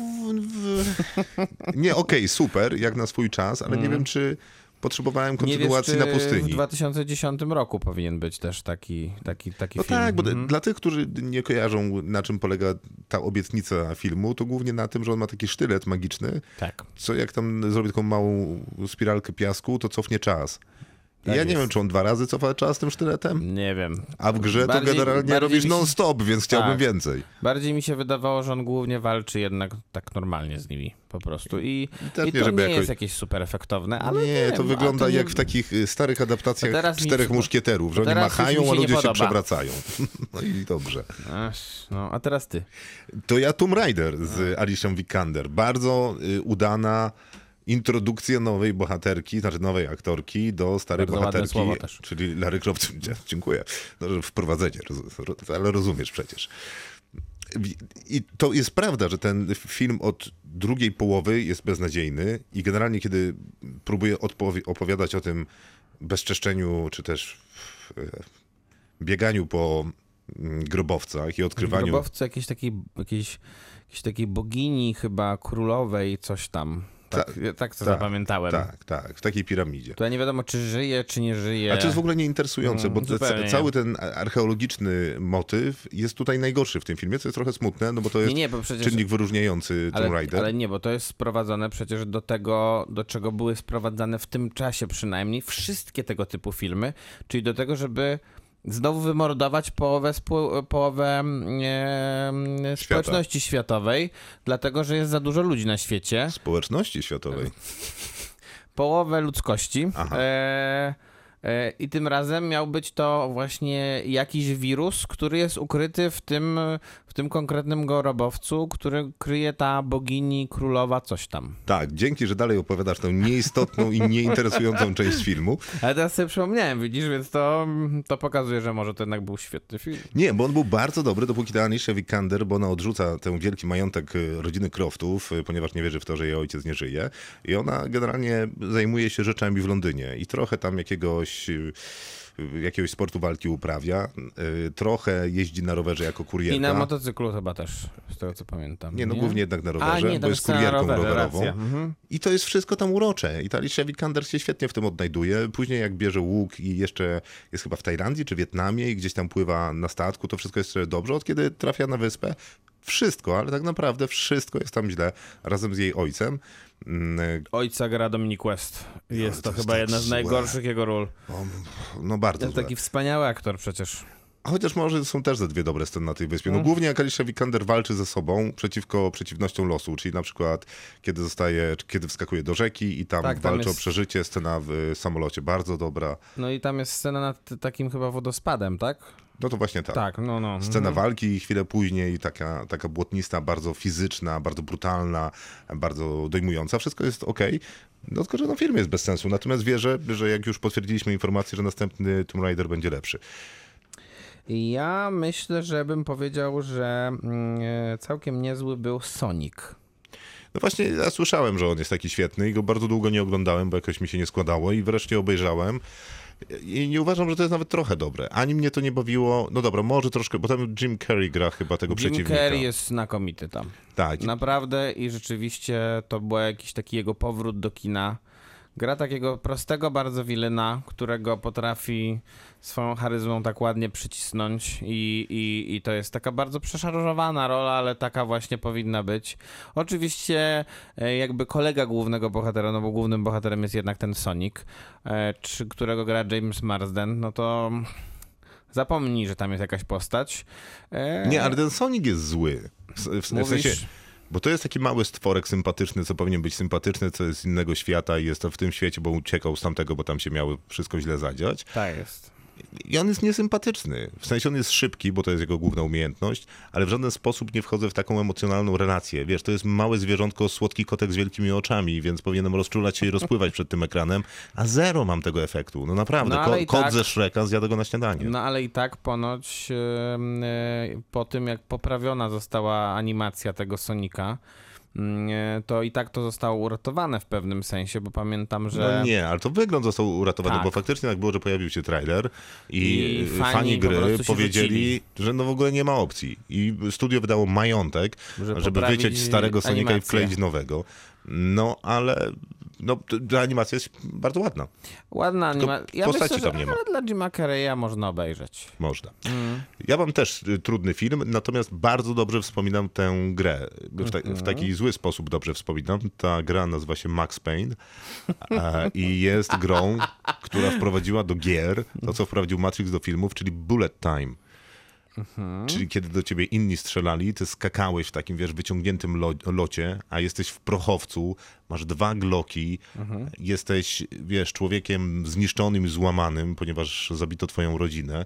nie, okej, super, jak na swój czas, ale nie wiem, czy potrzebowałem kontynuacji na pustyni. W 2010 roku powinien być też taki film. Tak, bo dla tych, którzy nie kojarzą, na czym polega ta obietnica filmu, to głównie na tym, że on ma taki sztylet magiczny, co jak tam zrobi taką małą spiralkę piasku, to cofnie czas. Tak ja nie wiem, czy on 2 razy cofa czas tym sztyletem? Nie wiem. A w grze to generalnie robisz non-stop, więc chciałbym więcej. Bardziej mi się wydawało, że on głównie walczy jednak tak normalnie z nimi po prostu. I to nie jest jakieś super efektowne, ale nie, to wygląda jak w takich starych adaptacjach 4 muszkieterów, że oni machają, a ludzie się przewracają. No i dobrze. A teraz ty. To ja Tomb Raider z Alicia Vikander. Bardzo udana introdukcja nowej bohaterki, znaczy nowej aktorki do starej bohaterki, czyli Lara Croft. Dziękuję. Wprowadzenie, ale rozumiesz przecież. I to jest prawda, że ten film od drugiej połowy jest beznadziejny i generalnie kiedy próbuję opowiadać o tym bezczeszczeniu, czy też bieganiu po grobowcach i odkrywaniu... Grobowce jakiejś takiej bogini chyba królowej, coś tam. Tak zapamiętałem. Tak, w takiej piramidzie. To nie wiadomo, czy żyje, czy nie żyje. A to jest w ogóle nieinteresujące, bo cały ten archeologiczny motyw jest tutaj najgorszy w tym filmie, co jest trochę smutne, no bo to jest bo przecież, czynnik wyróżniający Tomb Raider. Ale nie, bo to jest sprowadzone przecież do tego, do czego były sprowadzane w tym czasie przynajmniej wszystkie tego typu filmy, czyli do tego, żeby znowu wymordować połowę społeczności światowej, dlatego, że jest za dużo ludzi na świecie. Społeczności światowej? Połowę ludzkości. I tym razem miał być to właśnie jakiś wirus, który jest ukryty w tym konkretnym grobowcu, który kryje ta bogini królowa coś tam. Tak, dzięki, że dalej opowiadasz tę nieistotną i nieinteresującą część filmu. Ale teraz sobie przypomniałem, widzisz, więc to pokazuje, że może to jednak był świetny film. Nie, bo on był bardzo dobry, dopóki ta Alicia Vikander, bo ona odrzuca ten wielki majątek rodziny Croftów, ponieważ nie wierzy w to, że jej ojciec nie żyje. I ona generalnie zajmuje się rzeczami w Londynie i trochę tam jakiegoś sportu walki uprawia, trochę jeździ na rowerze jako kurierka. I na motocyklu chyba też, z tego co pamiętam. Nie, głównie jednak na rowerze, bo jest kurierką rowerową. I to jest wszystko tam urocze. I ta Alicia Vikander się świetnie w tym odnajduje. Później jak bierze łuk i jeszcze jest chyba w Tajlandii czy Wietnamie i gdzieś tam pływa na statku, to wszystko jest dobrze. Od kiedy trafia na wyspę, wszystko, ale tak naprawdę wszystko jest tam źle, razem z jej ojcem. Ojca gra Dominic West. Jest to chyba jedna z najgorszych jego ról. No bardzo jest taki wspaniały aktor przecież. Chociaż może są też ze 2 dobre sceny na tej wyspie. No głównie jak Alicia Vikander walczy ze sobą przeciwko przeciwnościom losu, czyli na przykład kiedy wskakuje do rzeki i tam walczy o przeżycie, scena w samolocie, bardzo dobra. No i tam jest scena nad takim chyba wodospadem, tak? No to właśnie tak. Tak, no. Scena walki i chwilę później taka błotnista, bardzo fizyczna, bardzo brutalna, bardzo dojmująca. Wszystko jest okej. No tylko, że film jest bez sensu. Natomiast wierzę, że jak już potwierdziliśmy informację, że następny Tomb Raider będzie lepszy. Ja myślę, że bym powiedział, że całkiem niezły był Sonic. No właśnie, ja słyszałem, że on jest taki świetny i go bardzo długo nie oglądałem, bo jakoś mi się nie składało i wreszcie obejrzałem. I nie uważam, że to jest nawet trochę dobre. Ani mnie to nie bawiło. No dobra, może troszkę, bo tam Jim Carrey gra chyba tego przeciwnika. Jim Carrey jest znakomity tam. Tak. Naprawdę i rzeczywiście to był jakiś taki jego powrót do kina, Gra takiego prostego bardzo wilyna, którego potrafi swoją charyzmą tak ładnie przycisnąć i to jest taka bardzo przeszarżowana rola, ale taka właśnie powinna być. Oczywiście jakby kolega głównego bohatera, no bo głównym bohaterem jest jednak ten Sonic, którego gra James Marsden, no to zapomnij, że tam jest jakaś postać. Nie, ale ten Sonic jest zły. W sensie... Bo to jest taki mały stworek sympatyczny, co powinien być sympatyczny, co jest z innego świata i jest to w tym świecie, bo uciekał z tamtego, bo tam się miało wszystko źle zadziać. Tak jest. I on jest niesympatyczny. W sensie on jest szybki, bo to jest jego główna umiejętność, ale w żaden sposób nie wchodzę w taką emocjonalną relację. Wiesz, to jest małe zwierzątko, słodki kotek z wielkimi oczami, więc powinienem rozczulać się i rozpływać przed tym ekranem, a zero mam tego efektu. No naprawdę, kot ze Shreka zjada go na śniadanie. No ale i tak ponoć po tym, jak poprawiona została animacja tego Sonika, to i tak to zostało uratowane w pewnym sensie, bo pamiętam, że... No nie, ale to wygląd został uratowany, tak. Bo faktycznie tak było, że pojawił się trailer i fani gry powiedzieli, że no w ogóle nie ma opcji. I studio wydało majątek, żeby wyciąć starego Sonika i wkleić nowego. No ale ta animacja jest bardzo ładna. Ładna animacja. Ja postaci myślę, tam nie ma. Ale dla Jima Carreya można obejrzeć. Można. Ja mam też trudny film, natomiast bardzo dobrze wspominam tę grę. W taki zły sposób dobrze wspominam. Ta gra nazywa się Max Payne i jest grą, która wprowadziła do gier to, co wprowadził Matrix do filmów, czyli bullet time. Czyli kiedy do ciebie inni strzelali, ty skakałeś w takim, wiesz, wyciągniętym locie, a jesteś w prochowcu, masz 2 Glocki, jesteś, wiesz, człowiekiem zniszczonym i złamanym, ponieważ zabito twoją rodzinę.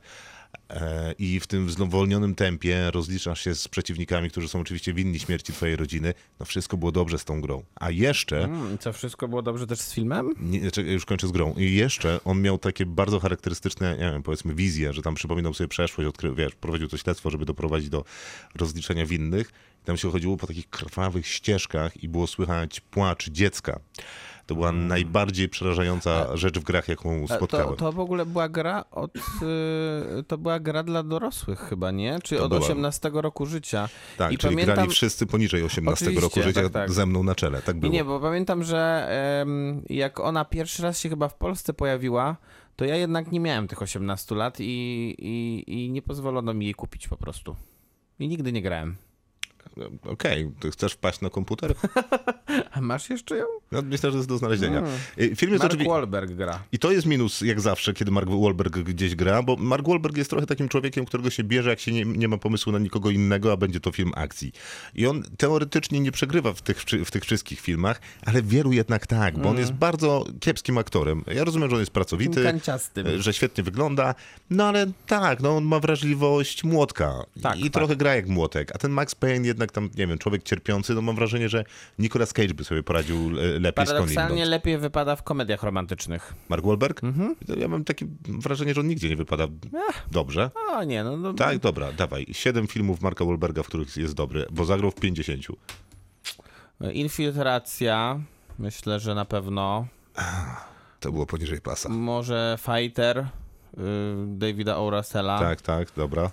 I w tym zwolnionym tempie rozliczasz się z przeciwnikami, którzy są oczywiście winni śmierci twojej rodziny. No wszystko było dobrze z tą grą. A jeszcze... Co, wszystko było dobrze też z filmem? Nie, czekaj, już kończę z grą. I jeszcze on miał takie bardzo charakterystyczne, nie wiem, powiedzmy wizje, że tam przypominał sobie przeszłość, wiesz, prowadził to śledztwo, żeby doprowadzić do rozliczenia winnych. I tam się chodziło po takich krwawych ścieżkach i było słychać płacz dziecka. To była najbardziej przerażająca rzecz w grach, jaką spotkałem. To w ogóle była gra to była gra dla dorosłych chyba, nie? Czy od 18 roku życia. Tak, i czyli grali wszyscy poniżej 18 roku życia tak. ze mną na czele. Tak było. Nie, bo pamiętam, że jak ona pierwszy raz się chyba w Polsce pojawiła, to ja jednak nie miałem tych 18 lat i nie pozwolono mi jej kupić po prostu. I nigdy nie grałem. Okej, ty chcesz wpaść na komputer? A masz jeszcze ją? No, myślę, że jest do znalezienia. Film jest Mark Wahlberg gra. I to jest minus, jak zawsze, kiedy Mark Wahlberg gdzieś gra, bo Mark Wahlberg jest trochę takim człowiekiem, którego się bierze, jak się nie ma pomysłu na nikogo innego, a będzie to film akcji. I on teoretycznie nie przegrywa w tych wszystkich filmach, ale w wielu jednak tak, bo on jest bardzo kiepskim aktorem. Ja rozumiem, że on jest pracowity, że świetnie wygląda, no ale tak, no on ma wrażliwość młotka i trochę gra jak młotek, a ten Max Payne jednak tam, nie wiem, człowiek cierpiący, no mam wrażenie, że Nicolas Cage by sobie poradził lepiej skądinąd. Paradoksalnie lepiej wypada w komediach romantycznych. Mark Wahlberg? Ja mam takie wrażenie, że on nigdzie nie wypada dobrze. O nie, no. Tak, dobra, dawaj. 7 filmów Marka Wahlberga, w których jest dobry, bo zagrał w 50. Infiltracja, myślę, że na pewno. To było poniżej pasa. Może Fighter Davida O. Russella. Tak, dobra.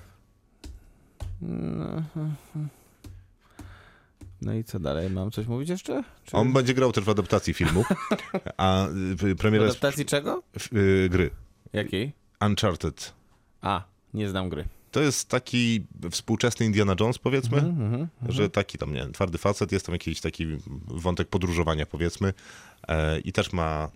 No i co dalej? Mam coś mówić jeszcze? Czy... On będzie grał też w adaptacji filmu. A premiera w adaptacji czego? Gry. Jakiej? Uncharted. Nie znam gry. To jest taki współczesny Indiana Jones, powiedzmy, że taki tam, nie wiem, twardy facet, jest tam jakiś taki wątek podróżowania, powiedzmy, i też ma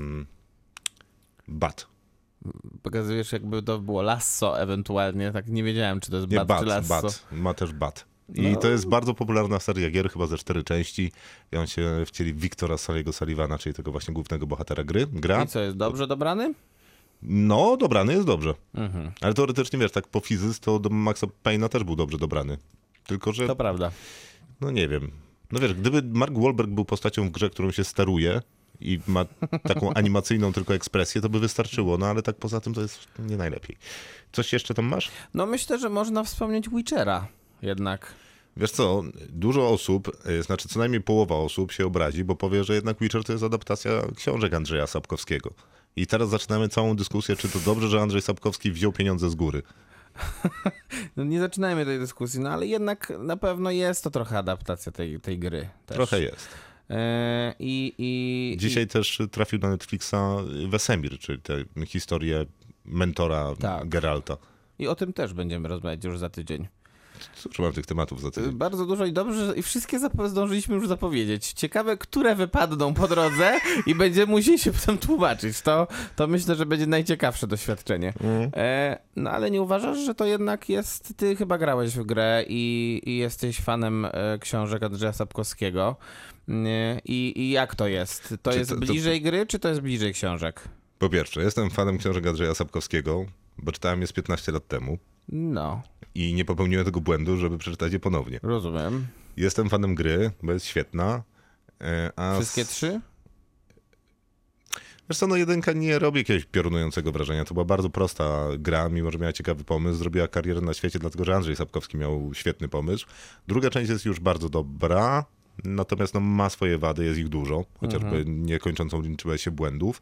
bat. Pokazujesz, jakby to było lasso ewentualnie, tak nie wiedziałem, czy to jest bat czy lasso. Bat. Ma też bat. I to jest bardzo popularna seria gier, chyba ze 4 części. I on się wcieli Victora Sullivana, czyli tego właśnie głównego bohatera gry. I co, jest dobrze dobrany? No, dobrany jest dobrze. Ale teoretycznie, wiesz, tak po fizyce, to do Maxa Payne'a też był dobrze dobrany. Tylko, że... To prawda. No nie wiem. No wiesz, gdyby Mark Wahlberg był postacią w grze, którą się steruje i ma taką animacyjną tylko ekspresję, to by wystarczyło. No ale tak poza tym to jest nie najlepiej. Coś jeszcze tam masz? No myślę, że można wspomnieć Witchera jednak. Wiesz co, dużo osób, znaczy co najmniej połowa osób się obrazi, bo powie, że jednak Witcher to jest adaptacja książek Andrzeja Sapkowskiego. I teraz zaczynamy całą dyskusję, czy to dobrze, że Andrzej Sapkowski wziął pieniądze z góry. No nie zaczynajmy tej dyskusji, no ale jednak na pewno jest to trochę adaptacja tej gry. Też. Trochę jest. Dzisiaj też trafił na Netflixa Wesemir, czyli tę historię mentora Geralta. I o tym też będziemy rozmawiać już za tydzień. Cóż, mam tych tematów za tydzień. Bardzo dużo i dobrze, i wszystkie zdążyliśmy już zapowiedzieć. Ciekawe, które wypadną po drodze i będziemy musieli się potem tłumaczyć. To myślę, że będzie najciekawsze doświadczenie. No ale nie uważasz, że to jednak jest... Ty chyba grałeś w grę i jesteś fanem książek Andrzeja Sapkowskiego. I jak to jest? To jest bliżej gry, czy to jest bliżej książek? Po pierwsze, jestem fanem książek Andrzeja Sapkowskiego, bo czytałem je z 15 lat temu. No. I nie popełniłem tego błędu, żeby przeczytać je ponownie. Rozumiem. Jestem fanem gry, bo jest świetna. Wszystkie 3? Wiesz co, no 1 nie robi jakiegoś piorunującego wrażenia. To była bardzo prosta gra, mimo że miała ciekawy pomysł. Zrobiła karierę na świecie, dlatego że Andrzej Sapkowski miał świetny pomysł. Druga część jest już bardzo dobra, natomiast no, ma swoje wady, jest ich dużo. Chociażby niekończącą liczbę się błędów.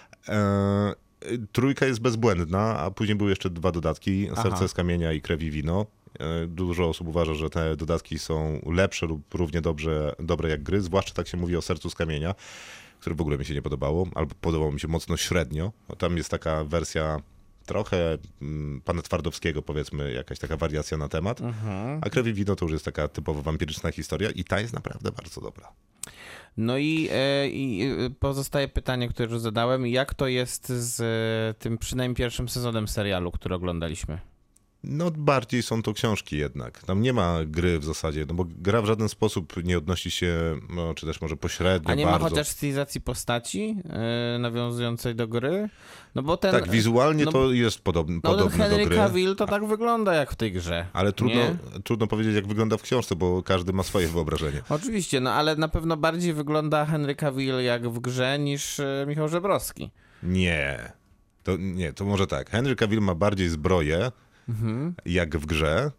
3 jest bezbłędna, a później były jeszcze 2 dodatki, Serce z kamienia i Krew i wino. Dużo osób uważa, że te dodatki są lepsze lub równie dobre jak gry, zwłaszcza tak się mówi o Sercu z kamienia, które w ogóle mi się nie podobało, albo podobało mi się mocno średnio. Tam jest taka wersja trochę pana Twardowskiego, powiedzmy, jakaś taka wariacja na temat, a Krew i wino to już jest taka typowo wampiryczna historia i ta jest naprawdę bardzo dobra. No i pozostaje pytanie, które już zadałem. Jak to jest z tym przynajmniej pierwszym sezonem serialu, który oglądaliśmy? No bardziej są to książki jednak. Tam nie ma gry w zasadzie, no bo gra w żaden sposób nie odnosi się, no, czy też może pośrednio. A nie bardzo. ma chociaż stylizacji postaci nawiązującej do gry? No bo ten, tak, wizualnie to jest podobne do gry. Henry Cavill to tak wygląda jak w tej grze. Ale trudno powiedzieć, jak wygląda w książce, bo każdy ma swoje wyobrażenie. Oczywiście, no ale na pewno bardziej wygląda Henry Cavill jak w grze niż Michał Żebrowski. Nie, to może tak. Henry Cavill ma bardziej zbroję, jak w grze,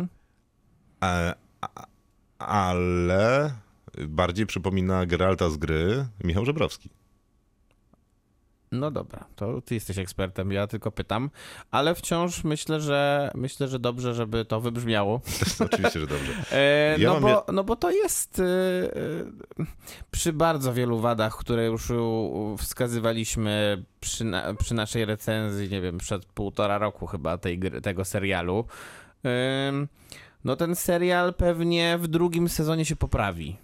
ale bardziej przypomina Geralta z gry Michał Żebrowski. No dobra, to ty jesteś ekspertem, ja tylko pytam, ale wciąż myślę, że dobrze, żeby to wybrzmiało. Oczywiście, że dobrze. No bo to jest przy bardzo wielu wadach, które już wskazywaliśmy przy naszej recenzji, nie wiem, przed 1,5 roku chyba tego serialu. No ten serial pewnie w 2. sezonie się poprawi.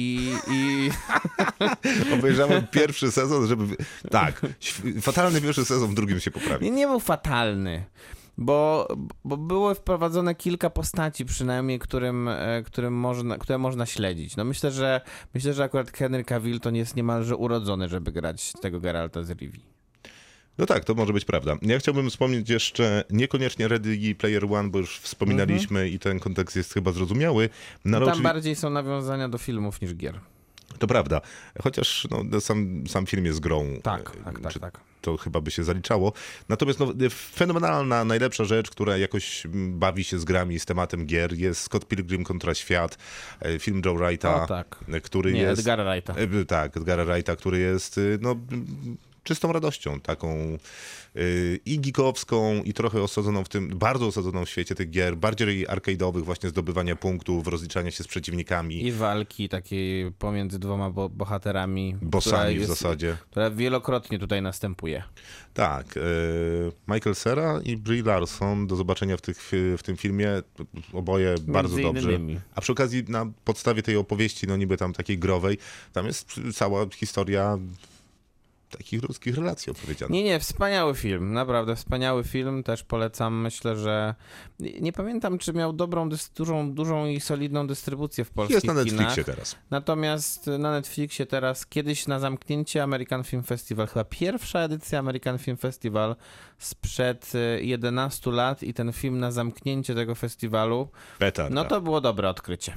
Obejrzałem pierwszy sezon, żeby... Tak, fatalny pierwszy sezon, w 2 się poprawi. Nie był fatalny, bo było wprowadzone kilka postaci przynajmniej, które można śledzić. No myślę, że akurat Henry Cavill to nie jest niemalże urodzony, żeby grać tego Geralta z Rivii. No tak, to może być prawda. Ja chciałbym wspomnieć jeszcze niekoniecznie Ready Player One, bo już wspominaliśmy i ten kontekst jest chyba zrozumiały. No tam bardziej są nawiązania do filmów niż gier. To prawda, chociaż sam film jest grą. Tak. To chyba by się zaliczało. Natomiast fenomenalna, najlepsza rzecz, która jakoś bawi się z grami, z tematem gier, jest Scott Pilgrim kontra świat, film Joe Wrighta, który jest... Edgara Wrighta. Tak, Edgara Wrighta, który jest czystą radością, taką i geekowską, i trochę osadzoną bardzo osadzoną w świecie tych gier, bardziej arcade'owych, właśnie zdobywania punktów, rozliczania się z przeciwnikami. I walki takiej pomiędzy 2 bohaterami. Bossami w zasadzie. Która wielokrotnie tutaj następuje. Tak. Michael Cera i Brie Larson do zobaczenia w tym filmie. Oboje bardzo dobrze. A przy okazji na podstawie tej opowieści, no niby tam takiej growej, tam jest cała historia takich ludzkich relacji opowiedziane. Nie, wspaniały film, naprawdę wspaniały film, też polecam. Myślę, że nie pamiętam, czy miał dużą i solidną dystrybucję w polskich kinach. Jest na Netflixie teraz. Natomiast na Netflixie teraz, kiedyś na zamknięcie American Film Festival, chyba pierwsza edycja American Film Festival sprzed 11 lat i ten film na zamknięcie tego festiwalu, Petarda. No to było dobre odkrycie.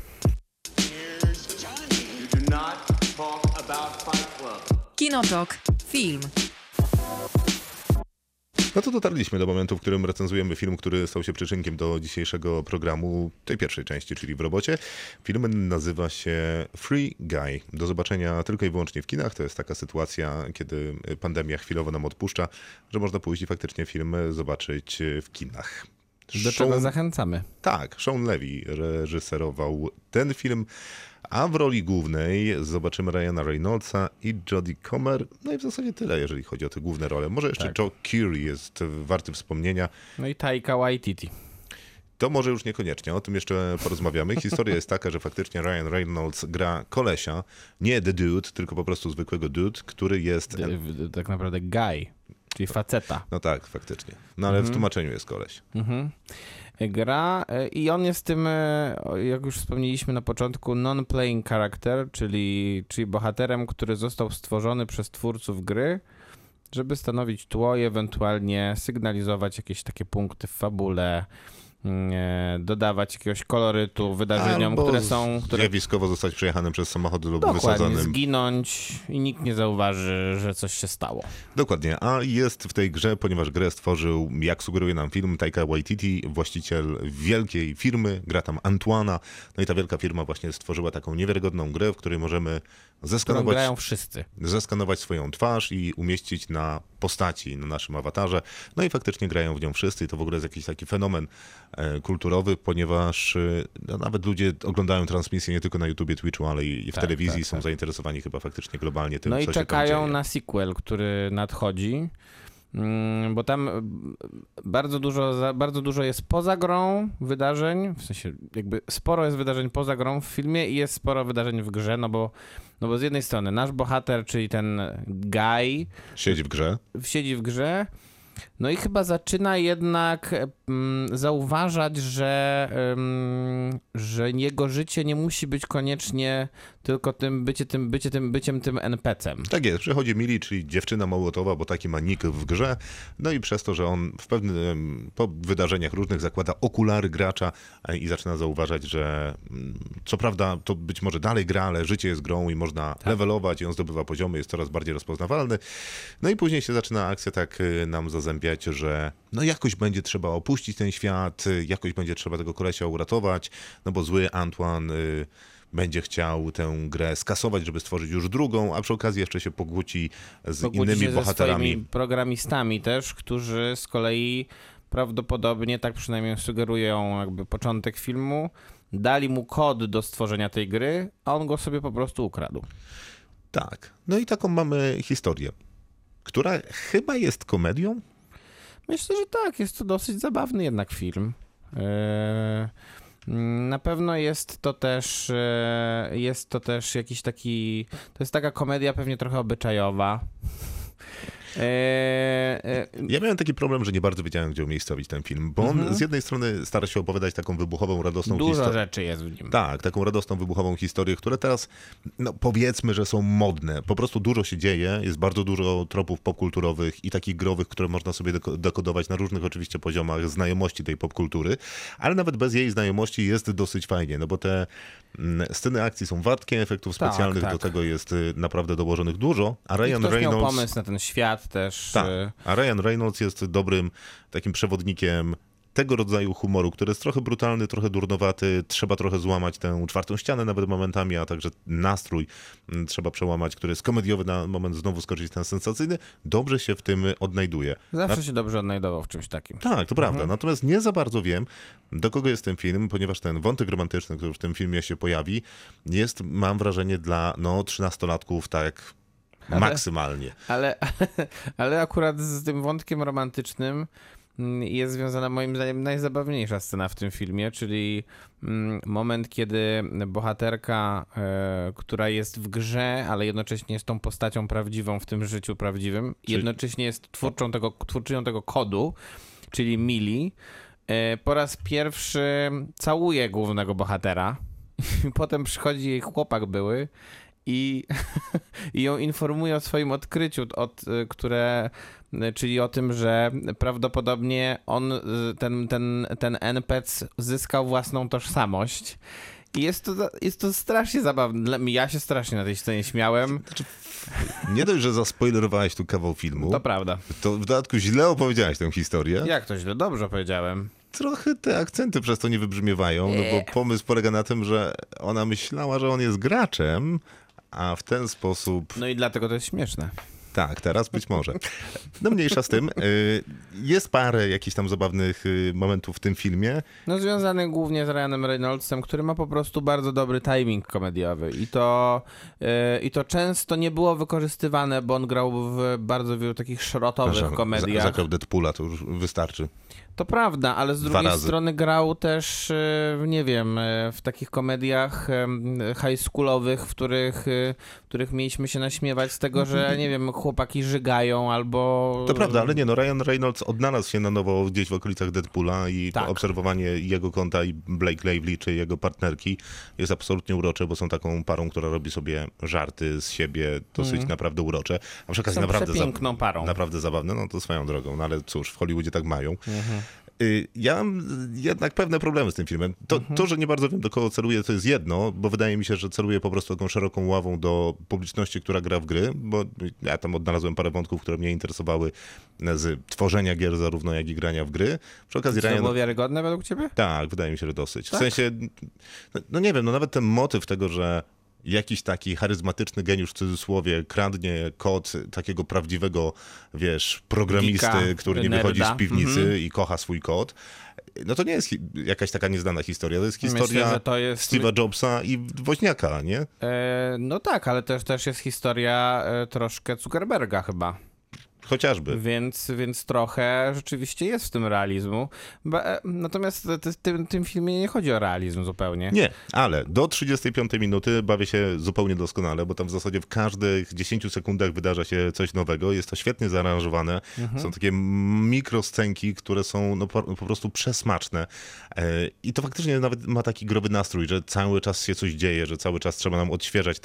Kinotok. Film. No to dotarliśmy do momentu, w którym recenzujemy film, który stał się przyczynkiem do dzisiejszego programu, tej pierwszej części, czyli w robocie. Film nazywa się Free Guy. Do zobaczenia tylko i wyłącznie w kinach. To jest taka sytuacja, kiedy pandemia chwilowo nam odpuszcza, że można pójść i faktycznie film zobaczyć w kinach. Do czego zachęcamy. Tak, Sean Levy reżyserował ten film, a w roli głównej zobaczymy Ryana Reynoldsa i Jodie Comer. No i w zasadzie tyle, jeżeli chodzi o te główne role. Może jeszcze Joe Keery jest warty wspomnienia. No i Taika Waititi. To może już niekoniecznie, o tym jeszcze porozmawiamy. Historia jest taka, że faktycznie Ryan Reynolds gra kolesia, nie The Dude, tylko po prostu zwykłego dude, który jest... Tak naprawdę guy, czyli faceta. No tak, faktycznie. No ale w tłumaczeniu jest koleś. Gra i on jest tym, jak już wspomnieliśmy na początku, non-playing character, czyli bohaterem, który został stworzony przez twórców gry, żeby stanowić tło i ewentualnie sygnalizować jakieś takie punkty w fabule, dodawać jakiegoś kolorytu wydarzeniom, które są... Zjawiskowo zostać przejechanym przez samochód lub dokładnie, wysadzonym. Zginąć i nikt nie zauważy, że coś się stało. Dokładnie, a jest w tej grze, ponieważ grę stworzył, jak sugeruje nam film, Taika Waititi, właściciel wielkiej firmy, gra tam Antoine'a, no i ta wielka firma właśnie stworzyła taką niewiarygodną grę, w której możemy zeskanować swoją twarz i umieścić na postaci, na naszym awatarze. No i faktycznie grają w nią wszyscy i to w ogóle jest jakiś taki fenomen kulturowy, ponieważ no, nawet ludzie oglądają transmisję nie tylko na YouTubie, Twitchu, ale i w telewizji, są zainteresowani chyba faktycznie globalnie tym, no co i się tam dzieje. czekają na sequel, który nadchodzi, bo tam bardzo dużo jest poza grą wydarzeń, w sensie jakby sporo jest wydarzeń poza grą w filmie i jest sporo wydarzeń w grze, no bo z jednej strony nasz bohater, czyli ten guy siedzi w grze, no i chyba zaczyna jednak zauważać, że jego życie nie musi być koniecznie tylko byciem tym NPC-em. Tak jest, przychodzi Millie, czyli dziewczyna Mołotowa, bo taki ma nick w grze, no i przez to, że on po wydarzeniach różnych zakłada okulary gracza i zaczyna zauważać, że co prawda to być może dalej gra, ale życie jest grą i można levelować i on zdobywa poziomy, jest coraz bardziej rozpoznawalny. No i później się zaczyna akcja tak nam zazębiać, że no jakoś będzie trzeba opuścić ten świat, jakoś będzie trzeba tego kolesia uratować, no bo zły Antoine będzie chciał tę grę skasować, żeby stworzyć już drugą, a przy okazji jeszcze się pokłóci innymi bohaterami. Ze swoimi programistami też, którzy z kolei prawdopodobnie, tak przynajmniej sugerują jakby początek filmu, dali mu kod do stworzenia tej gry, a on go sobie po prostu ukradł. Tak, no i taką mamy historię, która chyba jest komedią. Myślę, że tak, jest to dosyć zabawny jednak film. Na pewno jest to też jakiś taki, to jest taka komedia pewnie trochę obyczajowa. Ja miałem taki problem, że nie bardzo wiedziałem, gdzie umiejscowić ten film, bo on z jednej strony stara się opowiadać taką wybuchową, radosną historię. Dużo rzeczy jest w nim. Tak, taką radosną, wybuchową historię, które teraz, no powiedzmy, że są modne. Po prostu dużo się dzieje, jest bardzo dużo tropów popkulturowych i takich growych, które można sobie dekodować na różnych oczywiście poziomach znajomości tej popkultury, ale nawet bez jej znajomości jest dosyć fajnie, no bo te sceny akcji są wartkie, efektów specjalnych, do tego jest naprawdę dołożonych dużo, a Ryan Reynolds miał pomysł na ten świat też. Tak, a Ryan Reynolds jest dobrym takim przewodnikiem tego rodzaju humoru, który jest trochę brutalny, trochę durnowaty, trzeba trochę złamać tę czwartą ścianę nawet momentami, a także nastrój trzeba przełamać, który jest komediowy, na moment znowu skoczyć ten sensacyjny, dobrze się w tym odnajduje. Zawsze się dobrze odnajdował w czymś takim. Tak, to prawda, natomiast nie za bardzo wiem, do kogo jest ten film, ponieważ ten wątek romantyczny, który w tym filmie się pojawi, jest, mam wrażenie, dla 13-latków tak maksymalnie. Ale akurat z tym wątkiem romantycznym jest związana moim zdaniem najzabawniejsza scena w tym filmie, czyli moment, kiedy bohaterka, która jest w grze, ale jednocześnie jest tą postacią prawdziwą w tym życiu prawdziwym, jednocześnie jest twórczynią tego kodu, czyli Millie, po raz pierwszy całuje głównego bohatera i potem przychodzi jej chłopak były i ją informuje o swoim odkryciu, czyli o tym, że prawdopodobnie on, ten NPC zyskał własną tożsamość. I jest to strasznie zabawne. Ja się strasznie na tej scenie śmiałem. Znaczy, nie dość, że zaspoilerowałeś tu kawał filmu. To prawda. To w dodatku źle opowiedziałeś tę historię. Jak to źle? Dobrze powiedziałem. Trochę te akcenty przez to nie wybrzmiewają, no bo pomysł polega na tym, że ona myślała, że on jest graczem, a w ten sposób... No i dlatego to jest śmieszne. Tak, teraz być może. No mniejsza z tym. Jest parę jakichś tam zabawnych momentów w tym filmie. No związanych głównie z Ryanem Reynoldsem, który ma po prostu bardzo dobry timing komediowy i to często nie było wykorzystywane, bo on grał w bardzo wielu takich szrotowych komediach. Zagrał Deadpoola, to już wystarczy. To prawda, ale z drugiej strony grał też, nie wiem, w takich komediach high schoolowych, w których mieliśmy się naśmiewać z tego, że, nie wiem, chłopaki żygają albo... To prawda, ale nie, no Ryan Reynolds odnalazł się na nowo gdzieś w okolicach Deadpoola i to obserwowanie jego konta i Blake Lively, czy jego partnerki jest absolutnie urocze, bo są taką parą, która robi sobie żarty z siebie, dosyć naprawdę urocze. A przy okazji piękną parą. Naprawdę zabawne, no to swoją drogą, no ale cóż, w Hollywoodzie tak mają. Ja mam jednak pewne problemy z tym filmem. To, że nie bardzo wiem, do kogo celuje, to jest jedno, bo wydaje mi się, że celuje po prostu taką szeroką ławą do publiczności, która gra w gry, bo ja tam odnalazłem parę wątków, które mnie interesowały z tworzenia gier zarówno, jak i grania w gry. Przy okazji to było wiarygodne według ciebie? Tak, wydaje mi się, że dosyć. Tak? W sensie, no nie wiem, no nawet ten motyw tego, że jakiś taki charyzmatyczny geniusz w cudzysłowie kradnie kod takiego prawdziwego, wiesz, programisty, który nie wychodzi z piwnicy i kocha swój kod. No to nie jest jakaś taka nieznana historia, to jest historia Steve'a Jobsa i Woźniaka, nie? No tak, ale też jest historia troszkę Zuckerberga chyba. Chociażby. Więc trochę rzeczywiście jest w tym realizmu. Natomiast w tym filmie nie chodzi o realizm zupełnie. Nie, ale do 35 minuty bawię się zupełnie doskonale, bo tam w zasadzie w każdych 10 sekundach wydarza się coś nowego. Jest to świetnie zaaranżowane. Są takie mikroscenki, które są no, po prostu przesmaczne. I to faktycznie nawet ma taki growy nastrój, że cały czas się coś dzieje, że cały czas trzeba nam odświeżać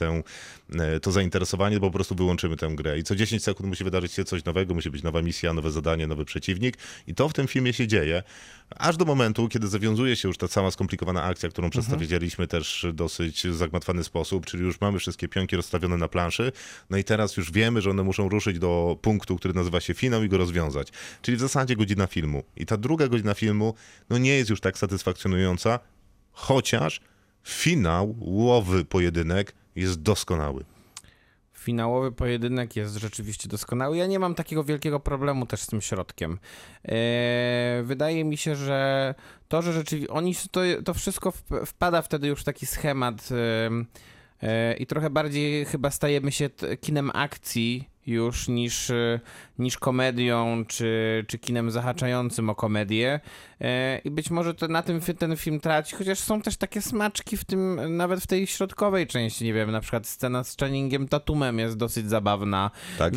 to zainteresowanie, bo po prostu wyłączymy tę grę. I co 10 sekund musi wydarzyć się coś nowego, musi być nowa misja, nowe zadanie, nowy przeciwnik i to w tym filmie się dzieje, aż do momentu, kiedy zawiązuje się już ta cała skomplikowana akcja, którą przedstawiliśmy też w dosyć zagmatwany sposób, czyli już mamy wszystkie pionki rozstawione na planszy, no i teraz już wiemy, że one muszą ruszyć do punktu, który nazywa się finał i go rozwiązać. Czyli w zasadzie godzina filmu. I ta druga godzina filmu, no nie jest już tak satysfakcjonująca, chociaż finałowy pojedynek jest doskonały. Finałowy pojedynek jest rzeczywiście doskonały. Ja nie mam takiego wielkiego problemu też z tym środkiem. Wydaje mi się, że to, że rzeczywiście to wszystko wpada wtedy już w taki schemat i trochę bardziej chyba stajemy się kinem akcji już niż komedią, czy kinem zahaczającym o komedię. I być może na tym ten film traci, chociaż są też takie smaczki w tym, nawet w tej środkowej części, nie wiem, na przykład scena z Channingiem Tatumem jest dosyć zabawna. Tak,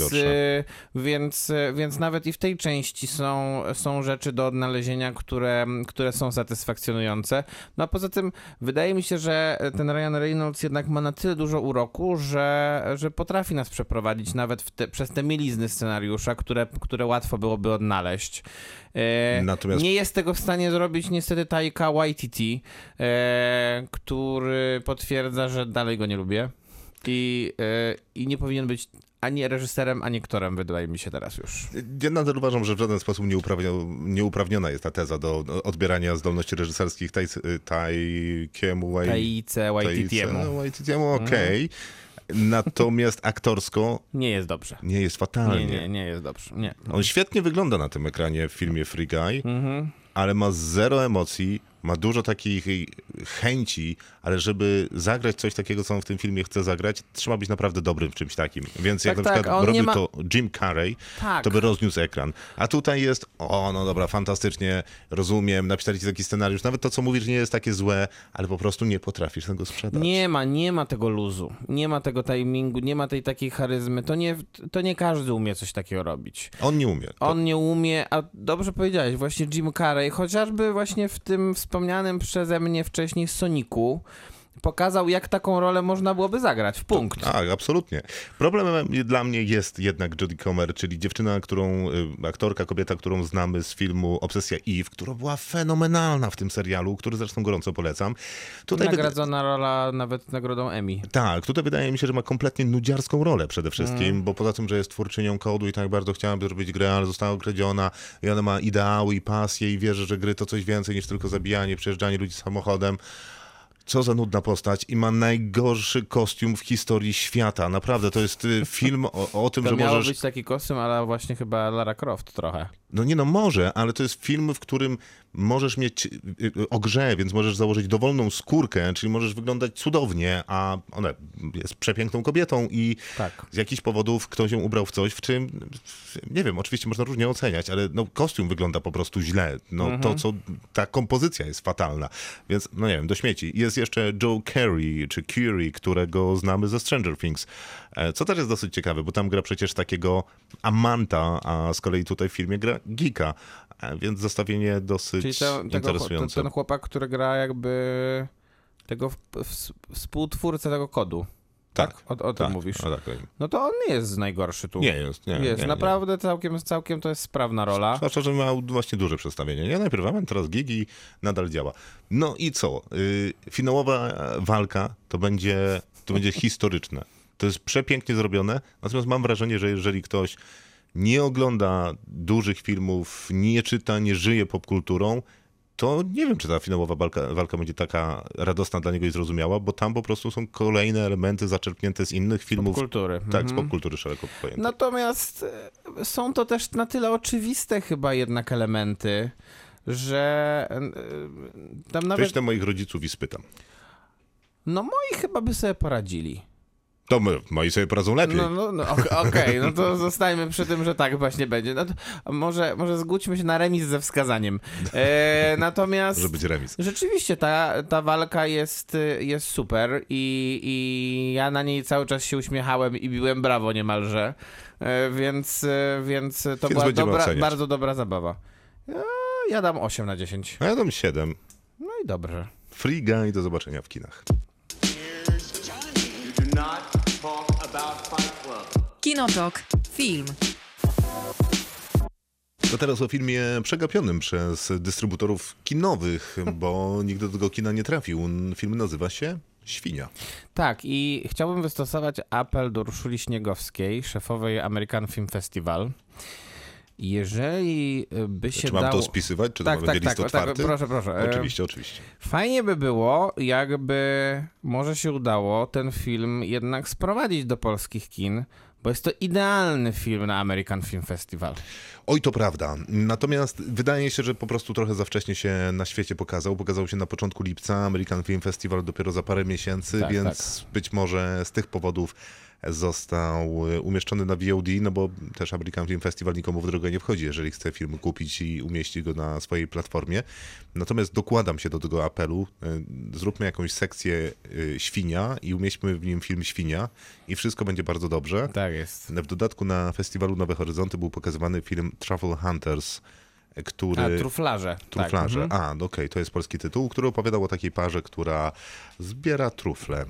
więc nawet i w tej części są rzeczy do odnalezienia, które są satysfakcjonujące. No a poza tym wydaje mi się, że ten Ryan Reynolds jednak ma na tyle dużo uroku, że potrafi nas przeprowadzić nawet przez te mielizny scenariusza, które łatwo byłoby odnaleźć. Natomiast nie jest tego w stanie zrobić niestety Taika Waititi, który potwierdza, że dalej go nie lubię i nie powinien być ani reżyserem, ani aktorem, wydaje mi się teraz już. Ja nadal uważam, że w żaden sposób nieuprawniona jest ta teza do odbierania zdolności reżyserskich Taikiemu Waititiemu, okej. Natomiast aktorsko nie jest dobrze. Nie jest fatalnie. Nie jest dobrze. Nie. On świetnie wygląda na tym ekranie w filmie Free Guy, ale ma zero emocji, ma dużo takich chęci, ale żeby zagrać coś takiego, co on w tym filmie chce zagrać, trzeba być naprawdę dobrym w czymś takim. Więc jak na przykład robił to Jim Carrey, to by rozniósł ekran. A tutaj jest, no dobra, fantastycznie, rozumiem, napisali ci taki scenariusz, nawet to, co mówisz, nie jest takie złe, ale po prostu nie potrafisz tego sprzedać. Nie ma tego luzu, nie ma tego timingu, nie ma tej takiej charyzmy. To nie każdy umie coś takiego robić. On nie umie. On nie umie, a dobrze powiedziałeś, właśnie Jim Carrey, chociażby właśnie w tym wspomnianym przeze mnie wcześniej Sonicu, pokazał, jak taką rolę można byłoby zagrać, w punkt. Tak, absolutnie. Problemem dla mnie jest jednak Jodie Comer, czyli dziewczyna, aktorka, kobieta, którą znamy z filmu Obsesja Eve, która była fenomenalna w tym serialu, który zresztą gorąco polecam. Tutaj nagradzona rola nawet nagrodą Emmy. Tak, tutaj wydaje mi się, że ma kompletnie nudziarską rolę przede wszystkim, bo poza tym, że jest twórczynią kodu i tak bardzo chciałaby zrobić grę, ale została okradziona i ona ma ideały i pasje i wierzy, że gry to coś więcej niż tylko zabijanie, przejeżdżanie ludzi samochodem. co za nudna postać i ma najgorszy kostium w historii świata. Naprawdę, to jest film o tym, to że miał możesz... być taki kostium, ale właśnie chyba Lara Croft trochę. No nie no, może, ale to jest film, w którym możesz mieć o grze, więc możesz założyć dowolną skórkę, czyli możesz wyglądać cudownie, a ona jest przepiękną kobietą i Tak. z jakichś powodów ktoś ją ubrał w coś, w czym, nie wiem, oczywiście można różnie oceniać, ale no, kostium wygląda po prostu źle. No ta kompozycja jest fatalna, więc no nie wiem, do śmieci. Jest jeszcze Joe Carey, czy Curie, którego znamy ze Stranger Things, co też jest dosyć ciekawe, bo tam gra przecież takiego amanta, a z kolei tutaj w filmie gra geeka, więc zestawienie dosyć interesujące. Ten chłopak, który gra jakby tego współtwórcę tego kodu. Tak? O tym mówisz. Tak. No to on nie jest najgorszy tu. Nie jest. Nie, naprawdę całkiem to jest sprawna rola. Zwłaszcza, że miał właśnie duże przedstawienie. Ja najpierw amant, teraz geek i nadal działa. No i co? Finałowa walka to będzie historyczne. To jest przepięknie zrobione, natomiast mam wrażenie, że jeżeli ktoś nie ogląda dużych filmów, nie czyta, nie żyje popkulturą, to nie wiem, czy ta finałowa walka będzie taka radosna dla niego i zrozumiała, bo tam po prostu są kolejne elementy zaczerpnięte z innych filmów. Popkultury. Tak, z popkultury szeroko pojętej. Natomiast są to też na tyle oczywiste chyba jednak elementy, że tam nawet... Wyślę moich rodziców i spytam. No moi chyba by sobie poradzili. To moi sobie poradzą lepiej. Okej, no to zostajmy przy tym, że tak właśnie będzie. No to może zgódźmy się na remis ze wskazaniem. Natomiast... Może być remis. Rzeczywiście ta walka jest super i ja na niej cały czas się uśmiechałem i biłem brawo niemalże. Więc to była bardzo dobra zabawa. Ja dam 8 na 10. A ja dam 7. No i dobrze. Free Guy, do zobaczenia w kinach. Kinotok. Film. To teraz o filmie przegapionym przez dystrybutorów kinowych, bo nigdy do tego kina nie trafił. Film nazywa się Świnia. Tak, i chciałbym wystosować apel do Urszuli Śniegowskiej, szefowej American Film Festival. Jeżeli by się Czy mam to spisywać, czy to mamy list otwarty? Tak, proszę. Oczywiście. Fajnie by było, jakby może się udało ten film jednak sprowadzić do polskich kin, bo jest to idealny film na American Film Festival. Oj, to prawda. Natomiast wydaje się, że po prostu trochę za wcześnie się na świecie pokazał. Pokazał się na początku lipca, American Film Festival dopiero za parę miesięcy, więc być może z tych powodów został umieszczony na VOD, no bo też American Film Festival nikomu w drogę nie wchodzi, jeżeli chce film kupić i umieścić go na swojej platformie. Natomiast dokładam się do tego apelu. Zróbmy jakąś sekcję Świnia i umieśćmy w nim film Świnia i wszystko będzie bardzo dobrze. Tak jest. W dodatku na festiwalu Nowe Horyzonty był pokazywany film Truffle Hunters, który... Truflarze. Truflarze. Tak. Okej, to jest polski tytuł, który opowiadał o takiej parze, która zbiera trufle.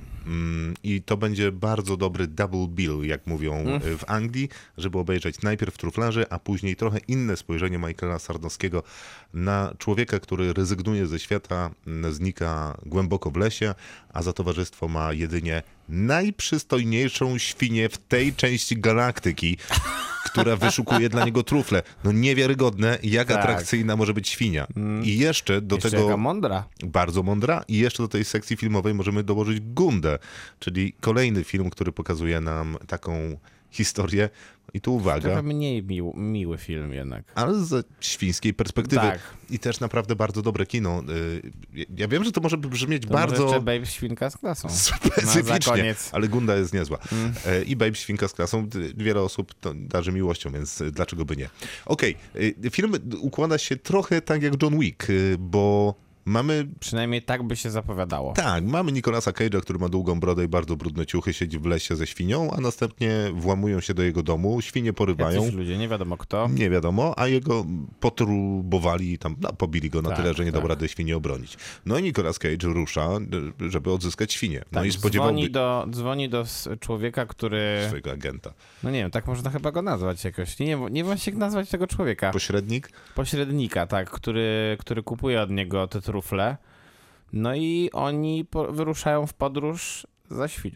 I to będzie bardzo dobry double bill, jak mówią w Anglii, żeby obejrzeć najpierw Truflarzy, a później trochę inne spojrzenie Michaela Sarnowskiego na człowieka, który rezygnuje ze świata, znika głęboko w lesie, a za towarzystwo ma jedynie najprzystojniejszą świnię w tej części galaktyki, która wyszukuje dla niego trufle. No niewiarygodne, jak atrakcyjna może być świnia. I jeszcze do tego... Jaka mądra. Bardzo mądra. I jeszcze do tej sekcji filmowej możemy dołożyć Gundę, czyli kolejny film, który pokazuje nam taką historię. I tu uwaga. Trochę mniej miły film jednak. Ale z świńskiej perspektywy. Tak. I też naprawdę bardzo dobre kino. Ja wiem, że to może brzmieć To bardzo... Może jeszcze Babe Świnka z klasą. Specyficznie, ale Gunda jest niezła. I Babe Świnka z klasą. Wiele osób to darzy miłością, więc dlaczego by nie? Okej, film układa się trochę tak jak John Wick, bo mamy... Przynajmniej tak by się zapowiadało. Tak, mamy Nicolasa Cage'a, który ma długą brodę i bardzo brudne ciuchy, siedzi w lesie ze świnią, a następnie włamują się do jego domu, świnie porywają. Jacyś ludzie, nie wiadomo kto. Nie wiadomo, a jego poturbowali, tam pobili go na tyle, że nie dał rady świnie obronić. No i Nicolas Cage rusza, żeby odzyskać świnię. No i spodziewałby... Dzwoni do człowieka, który... swojego agenta. No nie wiem, tak można chyba go nazwać jakoś. Nie wiem jak nazwać tego człowieka. Pośrednik? Pośrednika, tak, który kupuje od niego te trufle. No i oni wyruszają w podróż za świnią.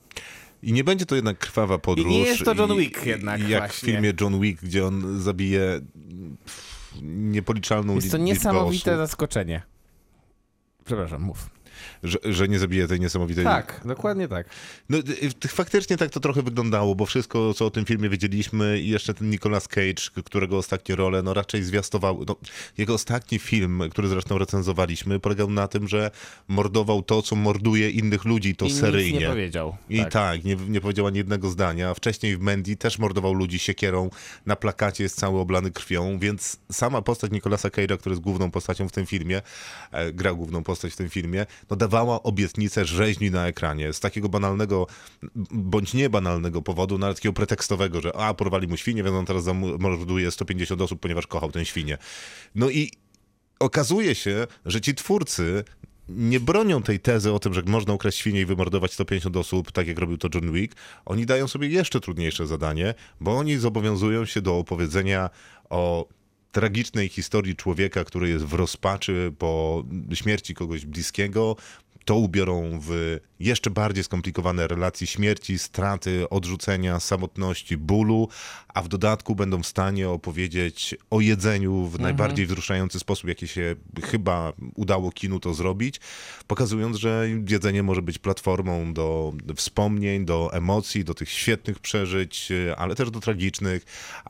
I nie będzie to jednak krwawa podróż. I nie jest to John Wick jednak jak właśnie. w filmie John Wick, gdzie on zabije niepoliczalną liczbę osób. Jest to niesamowite zaskoczenie. Przepraszam, mów. że nie zabije tej niesamowitej... Tak, dokładnie tak. No, faktycznie tak to trochę wyglądało, bo wszystko, co o tym filmie wiedzieliśmy i jeszcze ten Nicolas Cage, którego ostatnie role, no raczej zwiastował... No, jego ostatni film, który zresztą recenzowaliśmy, polegał na tym, że mordował to, co morduje innych ludzi, to I seryjnie. Nic nie powiedział. I tak, nie powiedział ani jednego zdania. Wcześniej w Mandy też mordował ludzi siekierą, na plakacie jest cały oblany krwią, więc sama postać Nicolasa Cage'a, który jest główną postacią w tym filmie, grał główną postać w tym filmie, no dawała obietnicę rzeźni na ekranie. Z takiego banalnego, bądź niebanalnego powodu, nawet takiego pretekstowego, że porwali mu świnię, więc on teraz morduje 150 osób, ponieważ kochał tę świnię. No i okazuje się, że ci twórcy nie bronią tej tezy o tym, że można ukraść świnię i wymordować 150 osób, tak jak robił to John Wick. Oni dają sobie jeszcze trudniejsze zadanie, bo oni zobowiązują się do opowiedzenia o tragicznej historii człowieka, który jest w rozpaczy po śmierci kogoś bliskiego. To ubiorą w jeszcze bardziej skomplikowane relacje śmierci, straty, odrzucenia, samotności, bólu, a w dodatku będą w stanie opowiedzieć o jedzeniu w najbardziej wzruszający sposób, jaki się chyba udało kinu to zrobić, pokazując, że jedzenie może być platformą do wspomnień, do emocji, do tych świetnych przeżyć, ale też do tragicznych,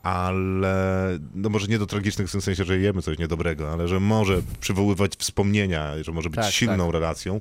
ale no może nie do tragicznych w tym sensie, że jemy coś niedobrego, ale że może przywoływać wspomnienia, że może być silną relacją.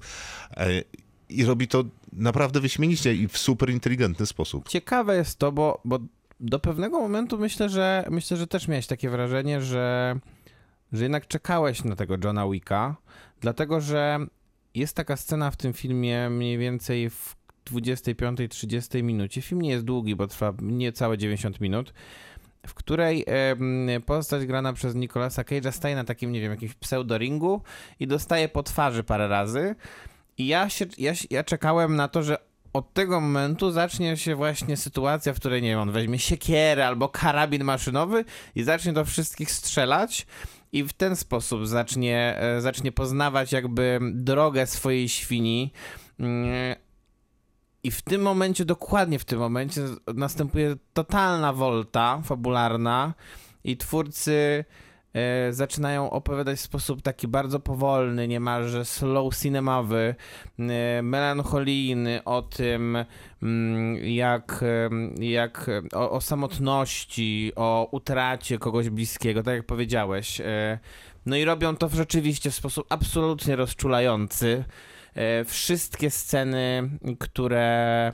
I robi to naprawdę wyśmienicie i w super inteligentny sposób. Ciekawe jest to, bo do pewnego momentu myślę, że też miałeś takie wrażenie, że jednak czekałeś na tego Johna Wicka, dlatego że jest taka scena w tym filmie mniej więcej w 25-30 minucie. Film nie jest długi, bo trwa niecałe 90 minut, w której postać grana przez Nicolasa Cage'a staje na takim, nie wiem, jakimś pseudoringu i dostaje po twarzy parę razy. I ja czekałem na to, że od tego momentu zacznie się właśnie sytuacja, w której, nie wiem, on weźmie siekierę albo karabin maszynowy i zacznie do wszystkich strzelać i w ten sposób zacznie poznawać jakby drogę swojej świni. I w tym momencie, dokładnie w tym momencie następuje totalna wolta fabularna i twórcy zaczynają opowiadać w sposób taki bardzo powolny, niemalże slow cinemawy, melancholijny o tym, jak o samotności, o utracie kogoś bliskiego, tak jak powiedziałeś. No i robią to rzeczywiście w sposób absolutnie rozczulający. Wszystkie sceny, które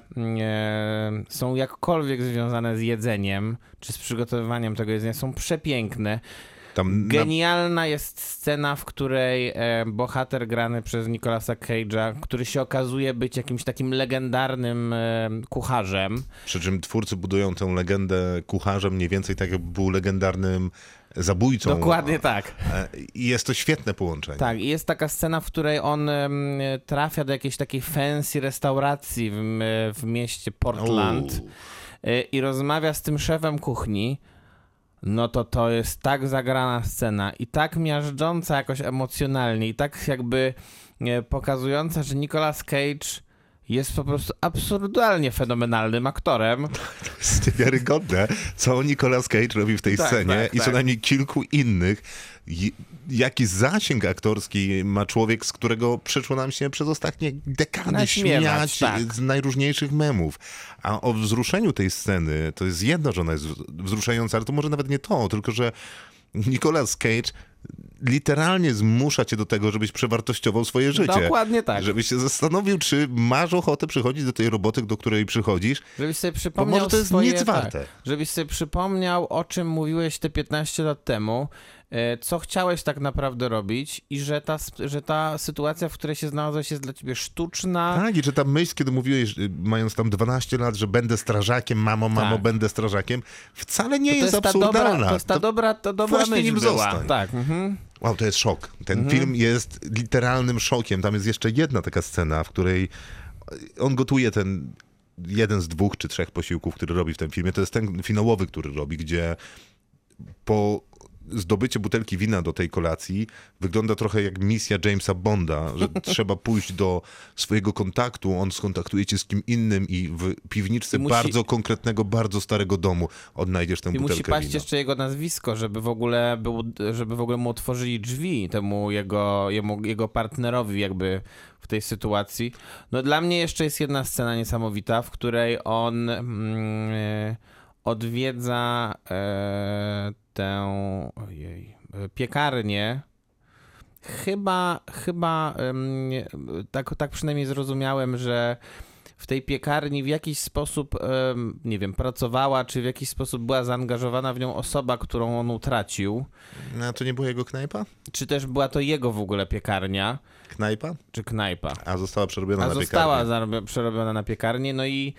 są jakkolwiek związane z jedzeniem, czy z przygotowywaniem tego jedzenia, są przepiękne. Genialna jest scena, w której bohater grany przez Nicolasa Cage'a, który się okazuje być jakimś takim legendarnym kucharzem. Przy czym twórcy budują tę legendę kucharzem mniej więcej tak, jakby był legendarnym zabójcą. Dokładnie tak. I jest to świetne połączenie. Tak, i jest taka scena, w której on trafia do jakiejś takiej fancy restauracji w mieście Portland i rozmawia z tym szefem kuchni. No to jest tak zagrana scena i tak miażdżąca jakoś emocjonalnie i tak jakby pokazująca, że Nicolas Cage jest po prostu absurdalnie fenomenalnym aktorem. To jest niewiarygodne, co Nicolas Cage robi w tej scenie i co najmniej kilku innych. Jaki zasięg aktorski ma człowiek, z którego przyszło nam się przez ostatnie dekady śmiać z najróżniejszych memów. A o wzruszeniu tej sceny, to jest jedno, że ona jest wzruszająca, ale to może nawet nie to, tylko że Nicolas Cage literalnie zmusza cię do tego, żebyś przewartościował swoje życie. Dokładnie tak. Żebyś się zastanowił, czy masz ochotę przychodzić do tej roboty, do której przychodzisz. Żebyś sobie przypomniał, bo może to jest nic warte. Tak, żebyś sobie przypomniał, o czym mówiłeś te 15 lat temu, co chciałeś tak naprawdę robić i że ta sytuacja, w której się znalazłeś, jest dla ciebie sztuczna. Tak, i że ta myśl, kiedy mówiłeś, mając tam 12 lat, że będę strażakiem, mamo, będę strażakiem, wcale nie jest absurdalna. To jest ta dobra myśl była. Zostań. Tak. Wow, to jest szok. Ten film jest literalnym szokiem. Tam jest jeszcze jedna taka scena, w której on gotuje ten jeden z 2 czy 3 posiłków, który robi w tym filmie. To jest ten finałowy, który robi, gdzie po zdobycie butelki wina do tej kolacji wygląda trochę jak misja Jamesa Bonda, że trzeba pójść do swojego kontaktu, on skontaktuje cię z kim innym i w piwniczce bardzo konkretnego, bardzo starego domu odnajdziesz tę butelkę wina. I musi paść jeszcze jego nazwisko, żeby w ogóle mu otworzyli drzwi, temu jego partnerowi jakby w tej sytuacji. No dla mnie jeszcze jest jedna scena niesamowita, w której on odwiedza tę piekarnię. Chyba tak przynajmniej zrozumiałem, że w tej piekarni w jakiś sposób, nie wiem, pracowała, czy w jakiś sposób była zaangażowana w nią osoba, którą on utracił. A to nie była jego knajpa? Czy też była to jego w ogóle piekarnia? Knajpa? Czy knajpa? A została przerobiona na piekarnię. Przerobiona na piekarnię, no i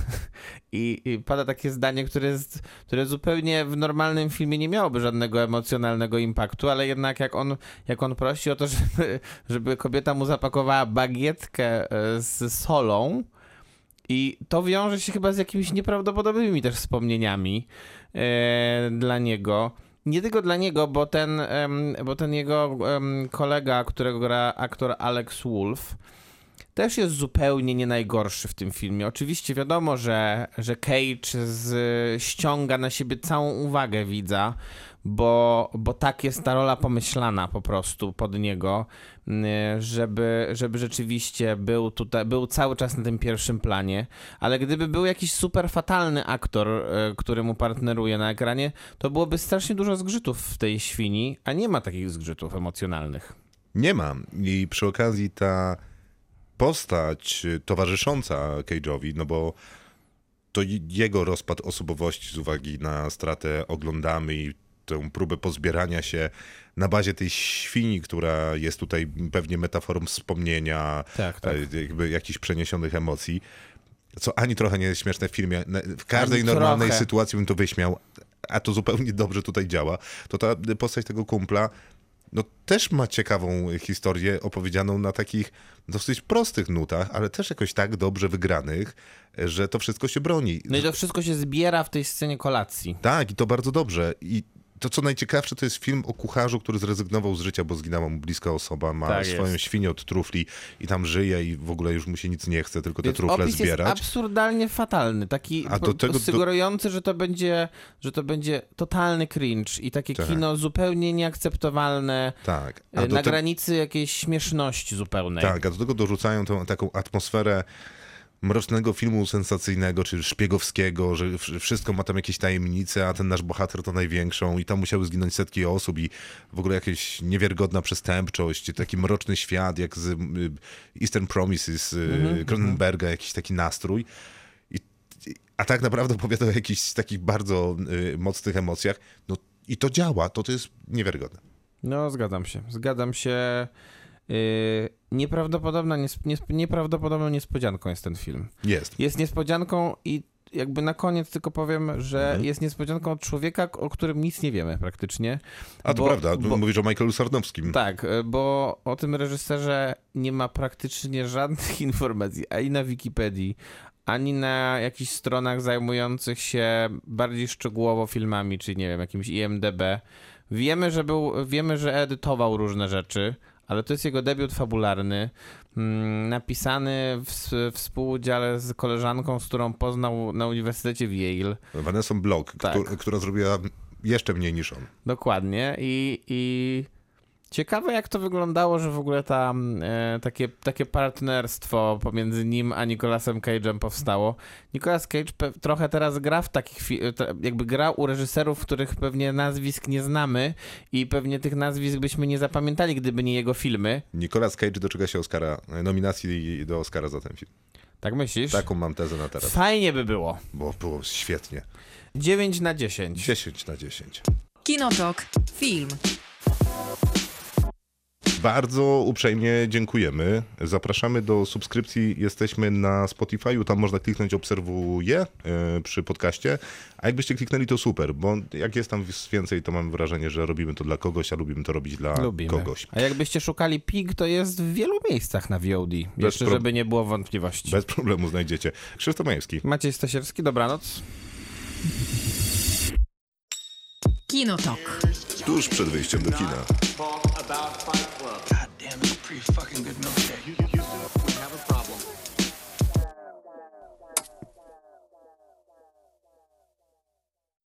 pada takie zdanie, które zupełnie w normalnym filmie nie miałoby żadnego emocjonalnego impaktu, ale jednak jak on prosi o to, żeby kobieta mu zapakowała bagietkę z solą, i to wiąże się chyba z jakimiś nieprawdopodobnymi też wspomnieniami dla niego. Nie tylko dla niego, bo ten jego kolega, którego gra aktor Alex Wolff, też jest zupełnie nie najgorszy w tym filmie. Oczywiście wiadomo, że Cage ściąga na siebie całą uwagę widza, bo tak jest ta rola pomyślana po prostu pod niego, żeby rzeczywiście był cały czas na tym pierwszym planie, ale gdyby był jakiś super fatalny aktor, który mu partneruje na ekranie, to byłoby strasznie dużo zgrzytów w tej świni, a nie ma takich zgrzytów emocjonalnych. Nie ma. I przy okazji ta postać towarzysząca Cage'owi, no bo to jego rozpad osobowości z uwagi na stratę oglądamy i tę próbę pozbierania się na bazie tej świni, która jest tutaj pewnie metaforą wspomnienia, tak. Jakby jakichś przeniesionych emocji, co ani trochę nie jest śmieszne w filmie. W każdej normalnej sytuacji bym to wyśmiał, a to zupełnie dobrze tutaj działa. To ta postać tego kumpla no też ma ciekawą historię opowiedzianą na takich dosyć prostych nutach, ale też jakoś tak dobrze wygranych, że to wszystko się broni. No i to wszystko się zbiera w tej scenie kolacji. Tak, i to bardzo dobrze. I to, co najciekawsze, to jest film o kucharzu, który zrezygnował z życia, bo zginęła mu bliska osoba, ma swoją świnię od trufli i tam żyje i w ogóle już mu się nic nie chce, tylko te trufle opis zbierać. Jest absurdalnie fatalny, taki sugerujący, że to będzie totalny cringe i takie kino zupełnie nieakceptowalne, na granicy jakiejś śmieszności zupełnej. Tak, a do tego dorzucają taką atmosferę mrocznego filmu sensacyjnego, czy szpiegowskiego, że wszystko ma tam jakieś tajemnice, a ten nasz bohater to największą i tam musiały zginąć setki osób i w ogóle jakaś niewiarygodna przestępczość, taki mroczny świat, jak z Eastern Promises Cronenberga, jakiś taki nastrój. A tak naprawdę opowiada o jakichś takich bardzo mocnych emocjach. No i to działa, to jest niewiarygodne. No, zgadzam się. Nieprawdopodobną niespodzianką jest ten film. Jest niespodzianką i jakby na koniec tylko powiem, że jest niespodzianką od człowieka, o którym nic nie wiemy praktycznie. A to prawda, mówisz o Michaelu Sarnowskim. Tak, bo o tym reżyserze nie ma praktycznie żadnych informacji, ani na Wikipedii, ani na jakichś stronach zajmujących się bardziej szczegółowo filmami, czyli nie wiem, jakimś IMDb. Wiemy, że edytował różne rzeczy, ale to jest jego debiut fabularny, napisany w współudziale z koleżanką, z którą poznał na Uniwersytecie w Yale. Vanessą Block, która zrobiła jeszcze mniej niż on. Dokładnie i ciekawe jak to wyglądało, że w ogóle takie partnerstwo pomiędzy nim a Nicolasem Cage'em powstało. Nicolas Cage trochę teraz gra w takich, jakby grał u reżyserów, których pewnie nazwisk nie znamy i pewnie tych nazwisk byśmy nie zapamiętali, gdyby nie jego filmy. Nicolas Cage doczeka się nominacji do Oscara za ten film. Tak myślisz? Taką mam tezę na teraz. Fajnie by było. Bo było świetnie. 9/10. 10/10. Kinotok. Film. Bardzo uprzejmie dziękujemy. Zapraszamy do subskrypcji. Jesteśmy na Spotify'u, tam można kliknąć obserwuję przy podcaście. A jakbyście kliknęli, to super, bo jak jest tam więcej, to mam wrażenie, że robimy to dla kogoś, a lubimy to robić dla kogoś. A jakbyście szukali PIG, to jest w wielu miejscach na VOD. Jeszcze, żeby nie było wątpliwości. Bez problemu znajdziecie. Krzysztof Majewski. Maciej Stasierski, dobranoc. Kinotok. Tuż przed wyjściem do kina. God damn, it's a pretty fucking good milkshake.